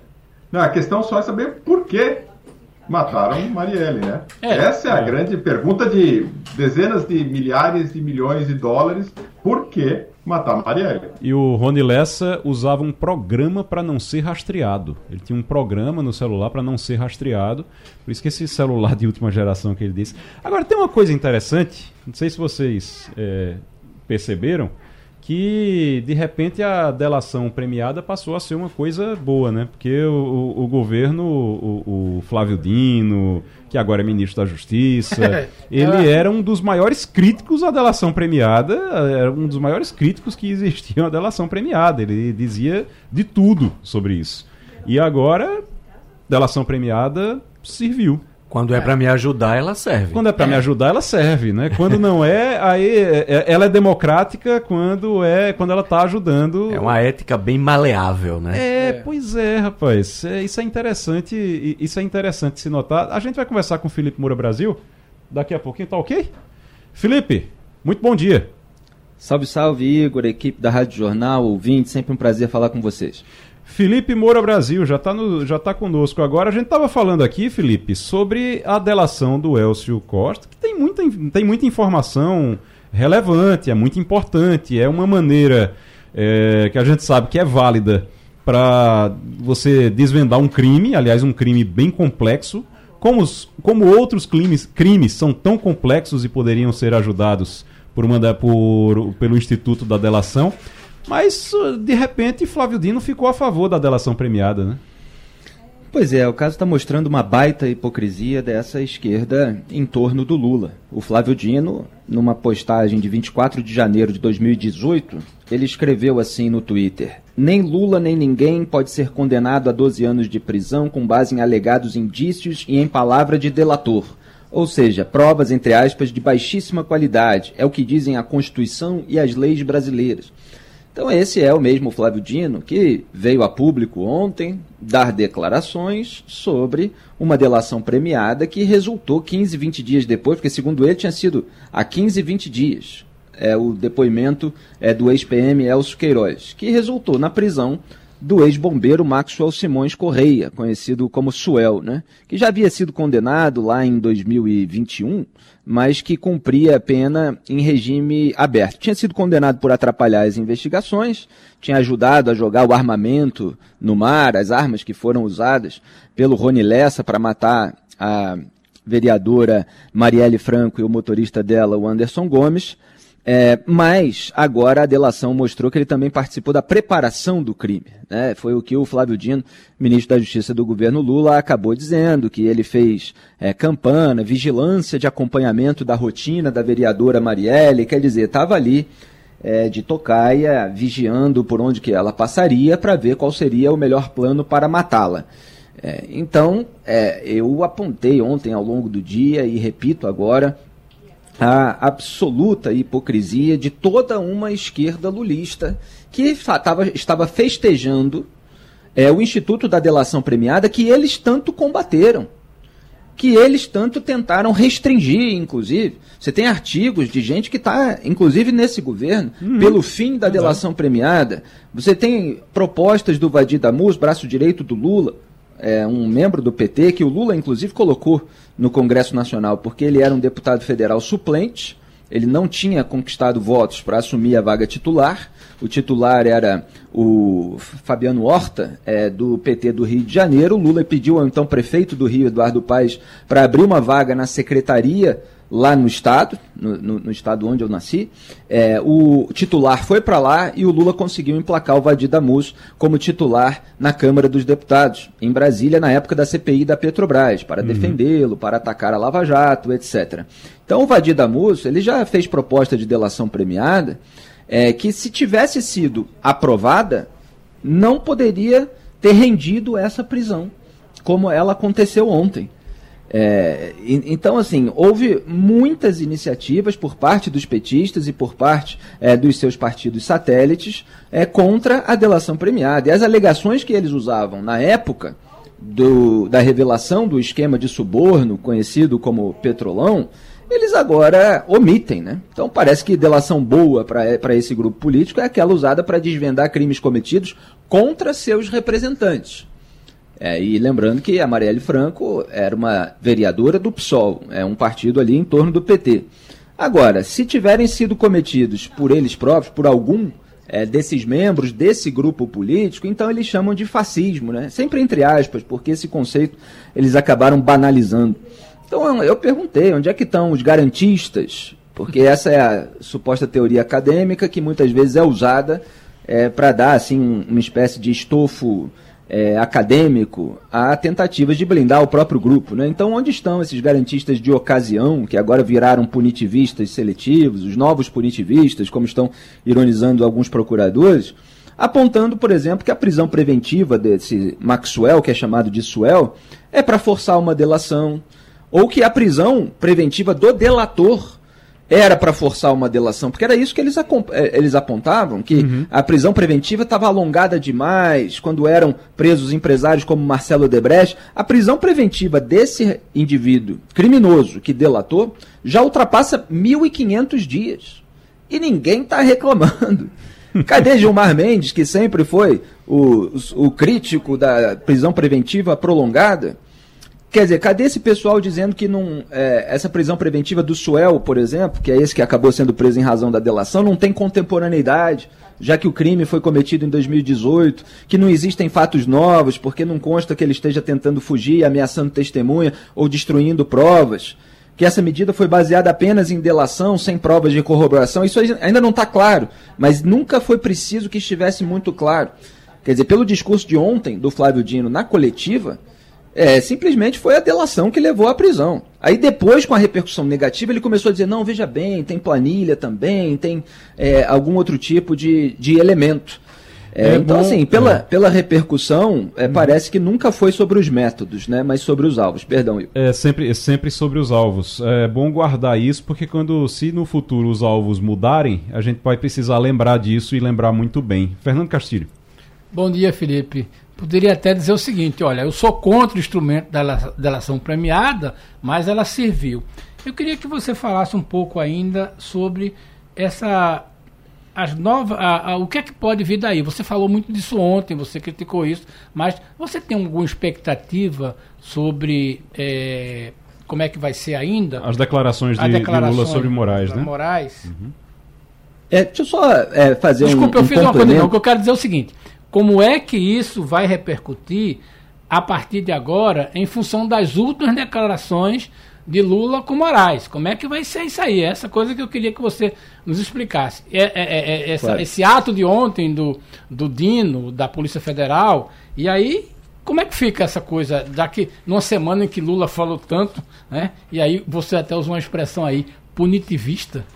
Não, a questão só é saber por que mataram Marielle, né? Essa é a grande pergunta de dezenas de milhares de milhões de dólares. Por que matar Marielle? E o Rony Lessa usava um programa para não ser rastreado. Ele tinha um programa no celular para não ser rastreado. Por isso que esse celular de última geração que ele disse. Agora, tem uma coisa interessante, não sei se vocês perceberam, que de repente a delação premiada passou a ser uma coisa boa, né? Porque o governo, o Flávio Dino, que agora é ministro da Justiça, ele era um dos maiores críticos à delação premiada, era um dos maiores críticos que existiam à delação premiada. Ele dizia de tudo sobre isso. E agora, delação premiada serviu. Quando é para me ajudar, ela serve. Quando é para me ajudar, ela serve, né? Quando não é, aí ela é democrática quando ela está ajudando. É uma ética bem maleável, né? Pois é, rapaz. Isso é interessante se notar. A gente vai conversar com o Felipe Moura Brasil daqui a pouquinho, tá ok? Felipe, muito bom dia. Salve, salve, Igor, equipe da Rádio Jornal, ouvinte, sempre um prazer falar com vocês. Felipe Moura Brasil, já tá conosco agora. A gente estava falando aqui, Felipe, sobre a delação do Elcio Costa, que tem muita informação relevante, é muito importante, é uma maneira que a gente sabe que é válida para você desvendar um crime, aliás, um crime bem complexo, como outros crimes são tão complexos e poderiam ser ajudados pelo Instituto da Delação. Mas, de repente, Flávio Dino ficou a favor da delação premiada, né? Pois é, o caso está mostrando uma baita hipocrisia dessa esquerda em torno do Lula. O Flávio Dino, numa postagem de 24 de janeiro de 2018, ele escreveu assim no Twitter: "Nem Lula nem ninguém pode ser condenado a 12 anos de prisão com base em alegados indícios e em palavra de delator. Ou seja, provas, entre aspas, de baixíssima qualidade. É o que dizem a Constituição e as leis brasileiras." Então esse é o mesmo Flávio Dino que veio a público ontem dar declarações sobre uma delação premiada que resultou 15, 20 dias depois, porque segundo ele tinha sido há 15, 20 dias. O depoimento do ex-PM Elcio Queiroz, que resultou na prisão do ex-bombeiro Maxwell Simões Correia, conhecido como Suel, né? Que já havia sido condenado lá em 2021, mas que cumpria a pena em regime aberto. Tinha sido condenado por atrapalhar as investigações, tinha ajudado a jogar o armamento no mar, as armas que foram usadas pelo Rony Lessa para matar a vereadora Marielle Franco e o motorista dela, o Anderson Gomes. Mas agora a delação mostrou que ele também participou da preparação do crime, né? Foi o que o Flávio Dino, ministro da Justiça do governo Lula, acabou dizendo, que ele fez campana, vigilância de acompanhamento da rotina da vereadora Marielle, quer dizer, estava ali de tocaia, vigiando por onde que ela passaria para ver qual seria o melhor plano para matá-la. Então, eu apontei ontem ao longo do dia e repito agora, a absoluta hipocrisia de toda uma esquerda lulista que estava festejando o Instituto da Delação Premiada, que eles tanto combateram, que eles tanto tentaram restringir, inclusive. Você tem artigos de gente que está, inclusive nesse governo, pelo fim da delação premiada. Você tem propostas do Vadir Damus, braço direito do Lula, um membro do PT, que o Lula, inclusive, colocou no Congresso Nacional, porque ele era um deputado federal suplente, ele não tinha conquistado votos para assumir a vaga titular. O titular era o Fabiano Horta, do PT do Rio de Janeiro. O Lula pediu ao então prefeito do Rio, Eduardo Paes, para abrir uma vaga na secretaria lá no estado, no estado onde eu nasci. O titular foi para lá e o Lula conseguiu emplacar o Vadir Damus como titular na Câmara dos Deputados, em Brasília, na época da CPI da Petrobras, para defendê-lo, para atacar a Lava Jato, etc. Então o Vadir Damus, ele já fez proposta de delação premiada, que se tivesse sido aprovada, não poderia ter rendido essa prisão, como ela aconteceu ontem. Então, assim, houve muitas iniciativas por parte dos petistas e por parte dos seus partidos satélites contra a delação premiada. E as alegações que eles usavam na época da revelação do esquema de suborno, conhecido como Petrolão, eles agora omitem, né? Então parece que delação boa para esse grupo político é aquela usada para desvendar crimes cometidos contra seus representantes. E lembrando que a Marielle Franco era uma vereadora do PSOL, um partido ali em torno do PT. Agora, se tiverem sido cometidos por eles próprios, por algum desses membros desse grupo político, então eles chamam de fascismo, né? Sempre entre aspas, porque esse conceito eles acabaram banalizando. Então eu perguntei, onde é que estão os garantistas? Porque essa é a suposta teoria acadêmica que muitas vezes é usada para dar assim, uma espécie de estofo acadêmico a tentativas de blindar o próprio grupo, né? Então onde estão esses garantistas de ocasião, que agora viraram punitivistas seletivos, os novos punitivistas, como estão ironizando alguns procuradores, apontando, por exemplo, que a prisão preventiva desse Maxwell, que é chamado de Suel, é para forçar uma delação, ou que a prisão preventiva do delator era para forçar uma delação, porque era isso que eles apontavam, que a prisão preventiva estava alongada demais, quando eram presos empresários como Marcelo Odebrecht. A prisão preventiva desse indivíduo criminoso que delatou já ultrapassa 1.500 dias. E ninguém está reclamando. Cadê Gilmar Mendes, que sempre foi o crítico da prisão preventiva prolongada? Quer dizer, cadê esse pessoal dizendo que essa prisão preventiva do Suel, por exemplo, que é esse que acabou sendo preso em razão da delação, não tem contemporaneidade, já que o crime foi cometido em 2018, que não existem fatos novos, porque não consta que ele esteja tentando fugir, ameaçando testemunha ou destruindo provas, que essa medida foi baseada apenas em delação, sem provas de corroboração. Isso ainda não está claro, mas nunca foi preciso que estivesse muito claro. Quer dizer, pelo discurso de ontem do Flávio Dino na coletiva, simplesmente foi a delação que levou à prisão. Aí depois, com a repercussão negativa, ele começou a dizer, não, veja bem, tem planilha também, tem algum outro tipo de elemento. Então, assim, pela repercussão, parece que nunca foi sobre os métodos, né, mas sobre os alvos. Perdão, Igor. Sempre sobre os alvos. É bom guardar isso, porque se no futuro os alvos mudarem, a gente vai precisar lembrar disso e lembrar muito bem. Fernando Castilho. Bom dia, Felipe. Poderia até dizer o seguinte, olha, eu sou contra o instrumento da delação premiada, mas ela serviu. Eu queria que você falasse um pouco ainda sobre o que é que pode vir daí. Você falou muito disso ontem, você criticou isso, mas você tem alguma expectativa sobre como é que vai ser ainda? As declarações de Lula sobre Moraes, né? Moraes. Deixa eu só fazer Desculpa, eu fiz uma coisa não, o que eu quero dizer é o seguinte, como é que isso vai repercutir a partir de agora em função das últimas declarações de Lula com Moraes? Como é que vai ser isso aí? Essa coisa que eu queria que você nos explicasse. Claro. Esse ato de ontem do Dino, da Polícia Federal, e aí como é que fica essa coisa, daqui numa semana em que Lula falou tanto, né? E aí você até usou uma expressão aí, punitivista?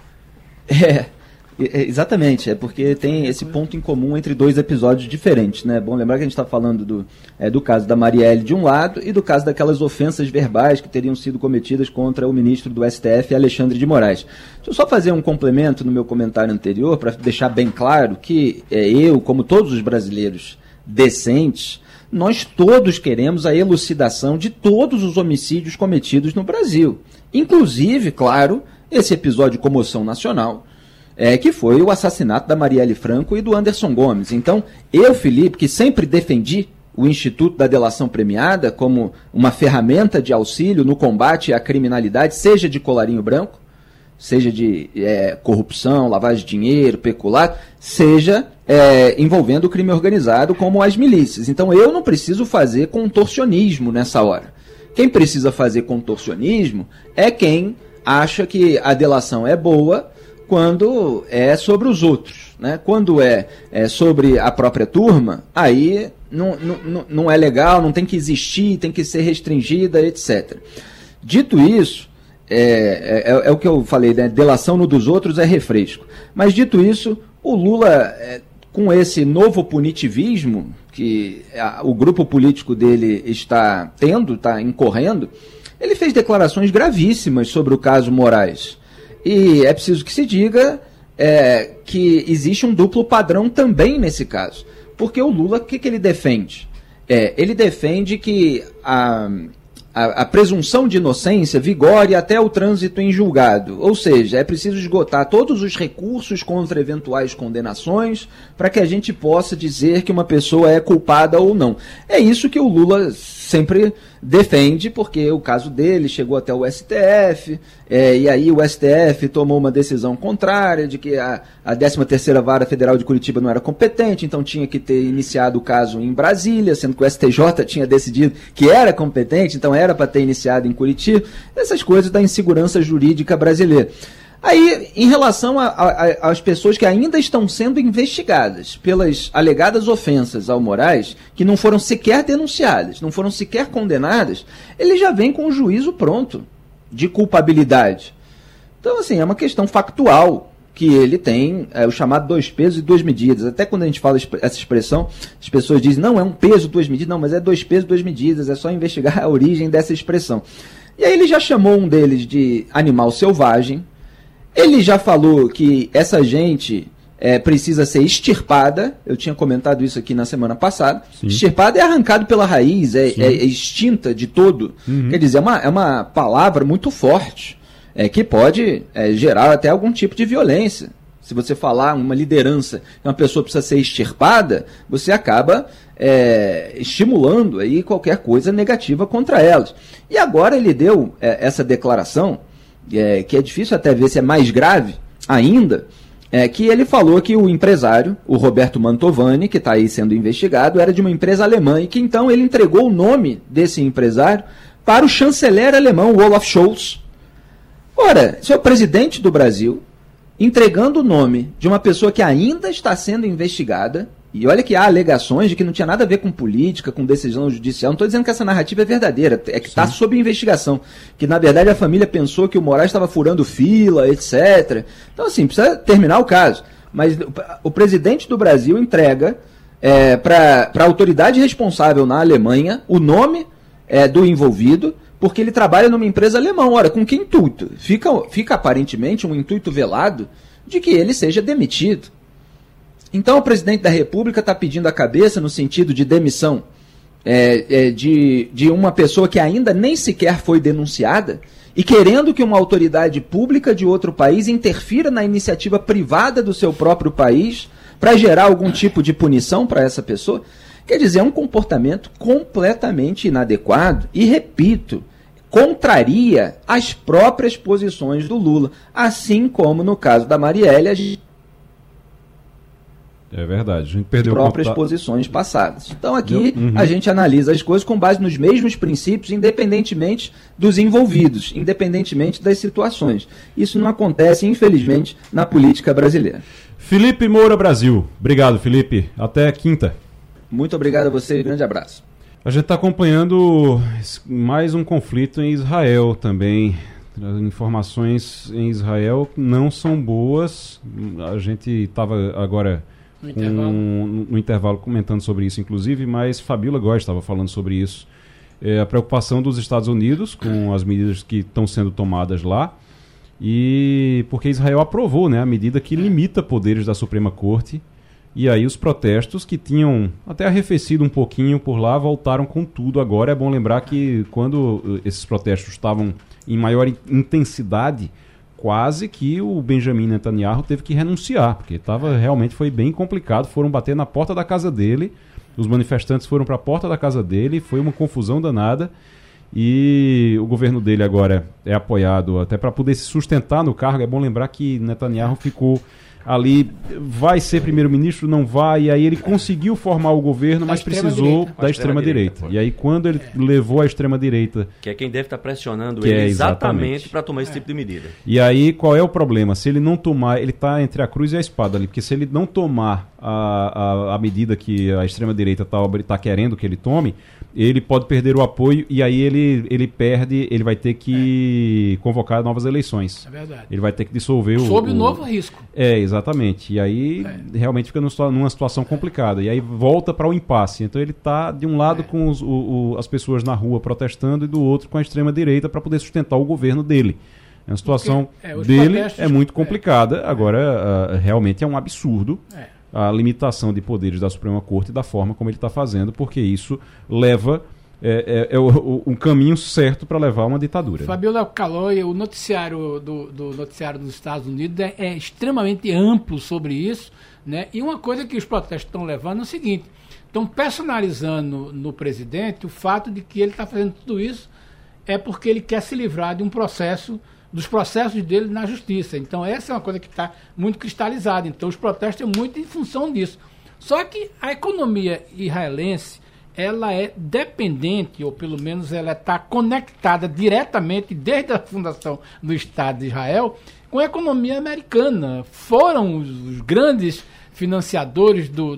Exatamente, porque tem esse ponto em comum entre dois episódios diferentes, né? Bom lembrar que a gente está falando do caso da Marielle de um lado e do caso daquelas ofensas verbais que teriam sido cometidas contra o ministro do STF, Alexandre de Moraes. Deixa eu só fazer um complemento no meu comentário anterior para deixar bem claro que eu, como todos os brasileiros decentes, nós todos queremos a elucidação de todos os homicídios cometidos no Brasil. Inclusive, claro, esse episódio de comoção nacional, que foi o assassinato da Marielle Franco e do Anderson Gomes. Então, eu, Felipe, que sempre defendi o Instituto da Delação Premiada como uma ferramenta de auxílio no combate à criminalidade, seja de colarinho branco, seja de corrupção, lavagem de dinheiro, peculato, seja envolvendo o crime organizado como as milícias. Então, eu não preciso fazer contorcionismo nessa hora. Quem precisa fazer contorcionismo é quem acha que a delação é boa quando é sobre os outros, né? Quando é sobre a própria turma, aí não é legal, não tem que existir, tem que ser restringida, etc. Dito isso, é o que eu falei, né? Delação no dos outros é refresco. Mas dito isso, o Lula, com esse novo punitivismo que o grupo político dele está incorrendo, ele fez declarações gravíssimas sobre o caso Moraes. E é preciso que se diga que existe um duplo padrão também nesse caso. Porque o Lula, o que ele defende? Ele defende que a a presunção de inocência vigore até o trânsito em julgado. Ou seja, é preciso esgotar todos os recursos contra eventuais condenações para que a gente possa dizer que uma pessoa é culpada ou não. É isso que o Lula sempre defende, porque o caso dele chegou até o STF, e aí o STF tomou uma decisão contrária de que a 13ª Vara Federal de Curitiba não era competente, então tinha que ter iniciado o caso em Brasília, sendo que o STJ tinha decidido que era competente, então era para ter iniciado em Curitiba. Essas coisas da insegurança jurídica brasileira. Aí, em relação às pessoas que ainda estão sendo investigadas pelas alegadas ofensas ao Moraes, que não foram sequer denunciadas, não foram sequer condenadas, ele já vem com o juízo pronto de culpabilidade. Então, assim, é uma questão factual que ele tem o chamado 2 pesos e 2 medidas. Até quando a gente fala essa expressão, as pessoas dizem, não, é 1 peso, 2 medidas. Não, mas é 2 pesos, 2 medidas. É só investigar a origem dessa expressão. E aí ele já chamou um deles de animal selvagem. Ele já falou que essa gente precisa ser extirpada. Eu tinha comentado isso aqui na semana passada. Sim. Extirpada é arrancado pela raiz, é extinta de todo. Uhum. Quer dizer, é uma palavra muito forte, que pode gerar até algum tipo de violência. Se você falar uma liderança que uma pessoa precisa ser extirpada, você acaba estimulando aí qualquer coisa negativa contra elas. E agora ele deu essa declaração, que é difícil até ver se é mais grave ainda, que ele falou que o empresário, o Roberto Mantovani, que está aí sendo investigado, era de uma empresa alemã, e que então ele entregou o nome desse empresário para o chanceler alemão, Olaf Scholz. Ora, esse é o presidente do Brasil, entregando o nome de uma pessoa que ainda está sendo investigada, e olha que há alegações de que não tinha nada a ver com política, com decisão judicial. Não estou dizendo que essa narrativa é verdadeira, é que está sob investigação. Que, na verdade, a família pensou que o Moraes estava furando fila, etc. Então, assim, precisa terminar o caso. Mas o presidente do Brasil entrega para a autoridade responsável na Alemanha o nome do envolvido, porque ele trabalha numa empresa alemã. Ora, com que intuito? Fica aparentemente um intuito velado de que ele seja demitido. Então o presidente da República está pedindo a cabeça no sentido de demissão de uma pessoa que ainda nem sequer foi denunciada e querendo que uma autoridade pública de outro país interfira na iniciativa privada do seu próprio país para gerar algum tipo de punição para essa pessoa. Quer dizer, é um comportamento completamente inadequado e, repito, contraria as próprias posições do Lula, assim como no caso da Marielle, é verdade, a gente perdeu próprias posições passadas. Então aqui a gente analisa as coisas com base nos mesmos princípios, independentemente dos envolvidos, independentemente das situações. Isso não acontece, infelizmente, na política brasileira. Felipe Moura Brasil. Obrigado, Felipe. Até quinta. Muito obrigado a você, grande abraço. A gente está acompanhando mais um conflito em Israel também. As informações em não são boas. A gente estava agora no intervalo comentando sobre isso, inclusive, mas Fabíola Góes estava falando sobre isso. A preocupação dos Estados Unidos com as medidas que estão sendo tomadas lá, e porque Israel aprovou, né, a medida que limita poderes da Suprema Corte, e aí os protestos que tinham até arrefecido um pouquinho por lá voltaram com tudo agora. É bom lembrar que quando esses protestos estavam em maior intensidade, quase que o Benjamin Netanyahu teve que renunciar, porque realmente foi bem complicado. Foram bater na porta da casa dele, os manifestantes foram para a porta da casa dele, foi uma confusão danada, e o governo dele agora é apoiado até para poder se sustentar no cargo. É bom lembrar que Netanyahu ficou ali, vai ser primeiro-ministro, não vai, e aí ele conseguiu formar o governo, mas precisou da extrema-direita. E aí quando ele levou a extrema-direita... Que é quem deve estar pressionando ele exatamente para tomar esse tipo de medida. E aí qual é o problema? Se ele não tomar, ele está entre a cruz e a espada ali, porque se ele não tomar a medida que a extrema-direita está querendo que ele tome, ele pode perder o apoio, e aí ele perde, ele vai ter que convocar novas eleições. É verdade. Ele vai ter que dissolver sob o novo risco. Exatamente. E aí realmente fica numa situação complicada. E aí volta para o impasse. Então ele está de um lado com as pessoas na rua protestando e do outro com a extrema-direita para poder sustentar o governo dele. A situação dele é muito complicada. Agora, realmente é um absurdo a limitação de poderes da Suprema Corte e da forma como ele está fazendo, porque isso leva um caminho certo para levar uma ditadura. Fabiola Calói, o noticiário do noticiário dos Estados Unidos é extremamente amplo sobre isso, né? E uma coisa que os protestos estão levando é o seguinte: estão personalizando no presidente o fato de que ele está fazendo tudo isso é porque ele quer se livrar de dos processos dele na justiça. Então essa é uma coisa que está muito cristalizada. Então os protestos é muito em função disso. Só que a economia israelense, ela é dependente, ou pelo menos ela está conectada diretamente desde a fundação do Estado de Israel com a economia americana. Foram os grandes financiadores do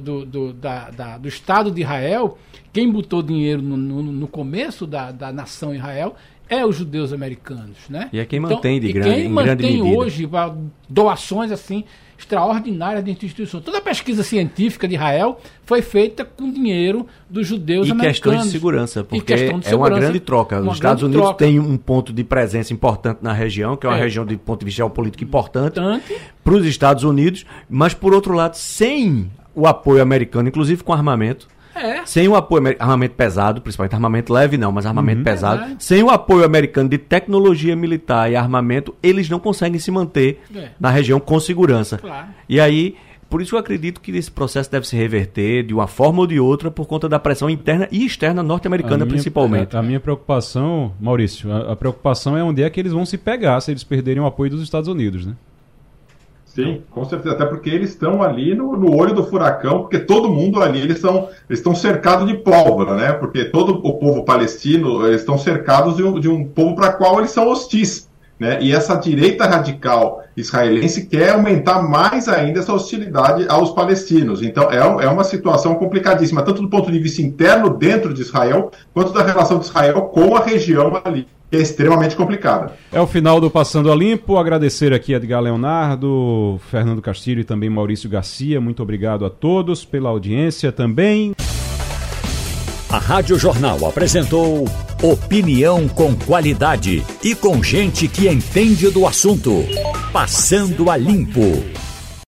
Estado de Israel. Quem botou dinheiro no começo da nação Israel é os judeus americanos, né? E é quem mantém em grande medida. Quem mantém hoje doações assim extraordinárias de instituições. Toda a pesquisa científica de Israel foi feita com dinheiro dos judeus americanos. E questões de segurança, porque é uma grande troca. Os Estados Unidos têm um ponto de presença importante na região, que é uma região de ponto de vista geopolítico importante para os Estados Unidos, mas, por outro lado, sem o apoio americano, inclusive com armamento, sem o apoio armamento pesado, principalmente armamento leve não, mas armamento pesado, sem o apoio americano de tecnologia militar e armamento, eles não conseguem se manter na região com segurança. Claro. E aí, por isso eu acredito que esse processo deve se reverter de uma forma ou de outra por conta da pressão interna e externa norte-americana, principalmente. A minha preocupação, Maurício, a preocupação é onde é que eles vão se pegar se eles perderem o apoio dos Estados Unidos, né? Sim, com certeza, até porque eles estão ali no olho do furacão, porque todo mundo ali, eles estão cercados de pólvora, né? Porque todo o povo palestino, eles estão cercados de um povo para qual eles são hostis, né? E essa direita radical israelense quer aumentar mais ainda essa hostilidade aos palestinos. Então é uma situação complicadíssima, tanto do ponto de vista interno dentro de Israel, quanto da relação de Israel com a região ali, que é extremamente complicada. É o final do Passando a Limpo. Agradecer aqui a Edgar Leonardo, Fernando Castilho e também Maurício Garcia. Muito obrigado a todos pela audiência também. A Rádio Jornal apresentou opinião com qualidade e com gente que entende do assunto. Passando a Limpo.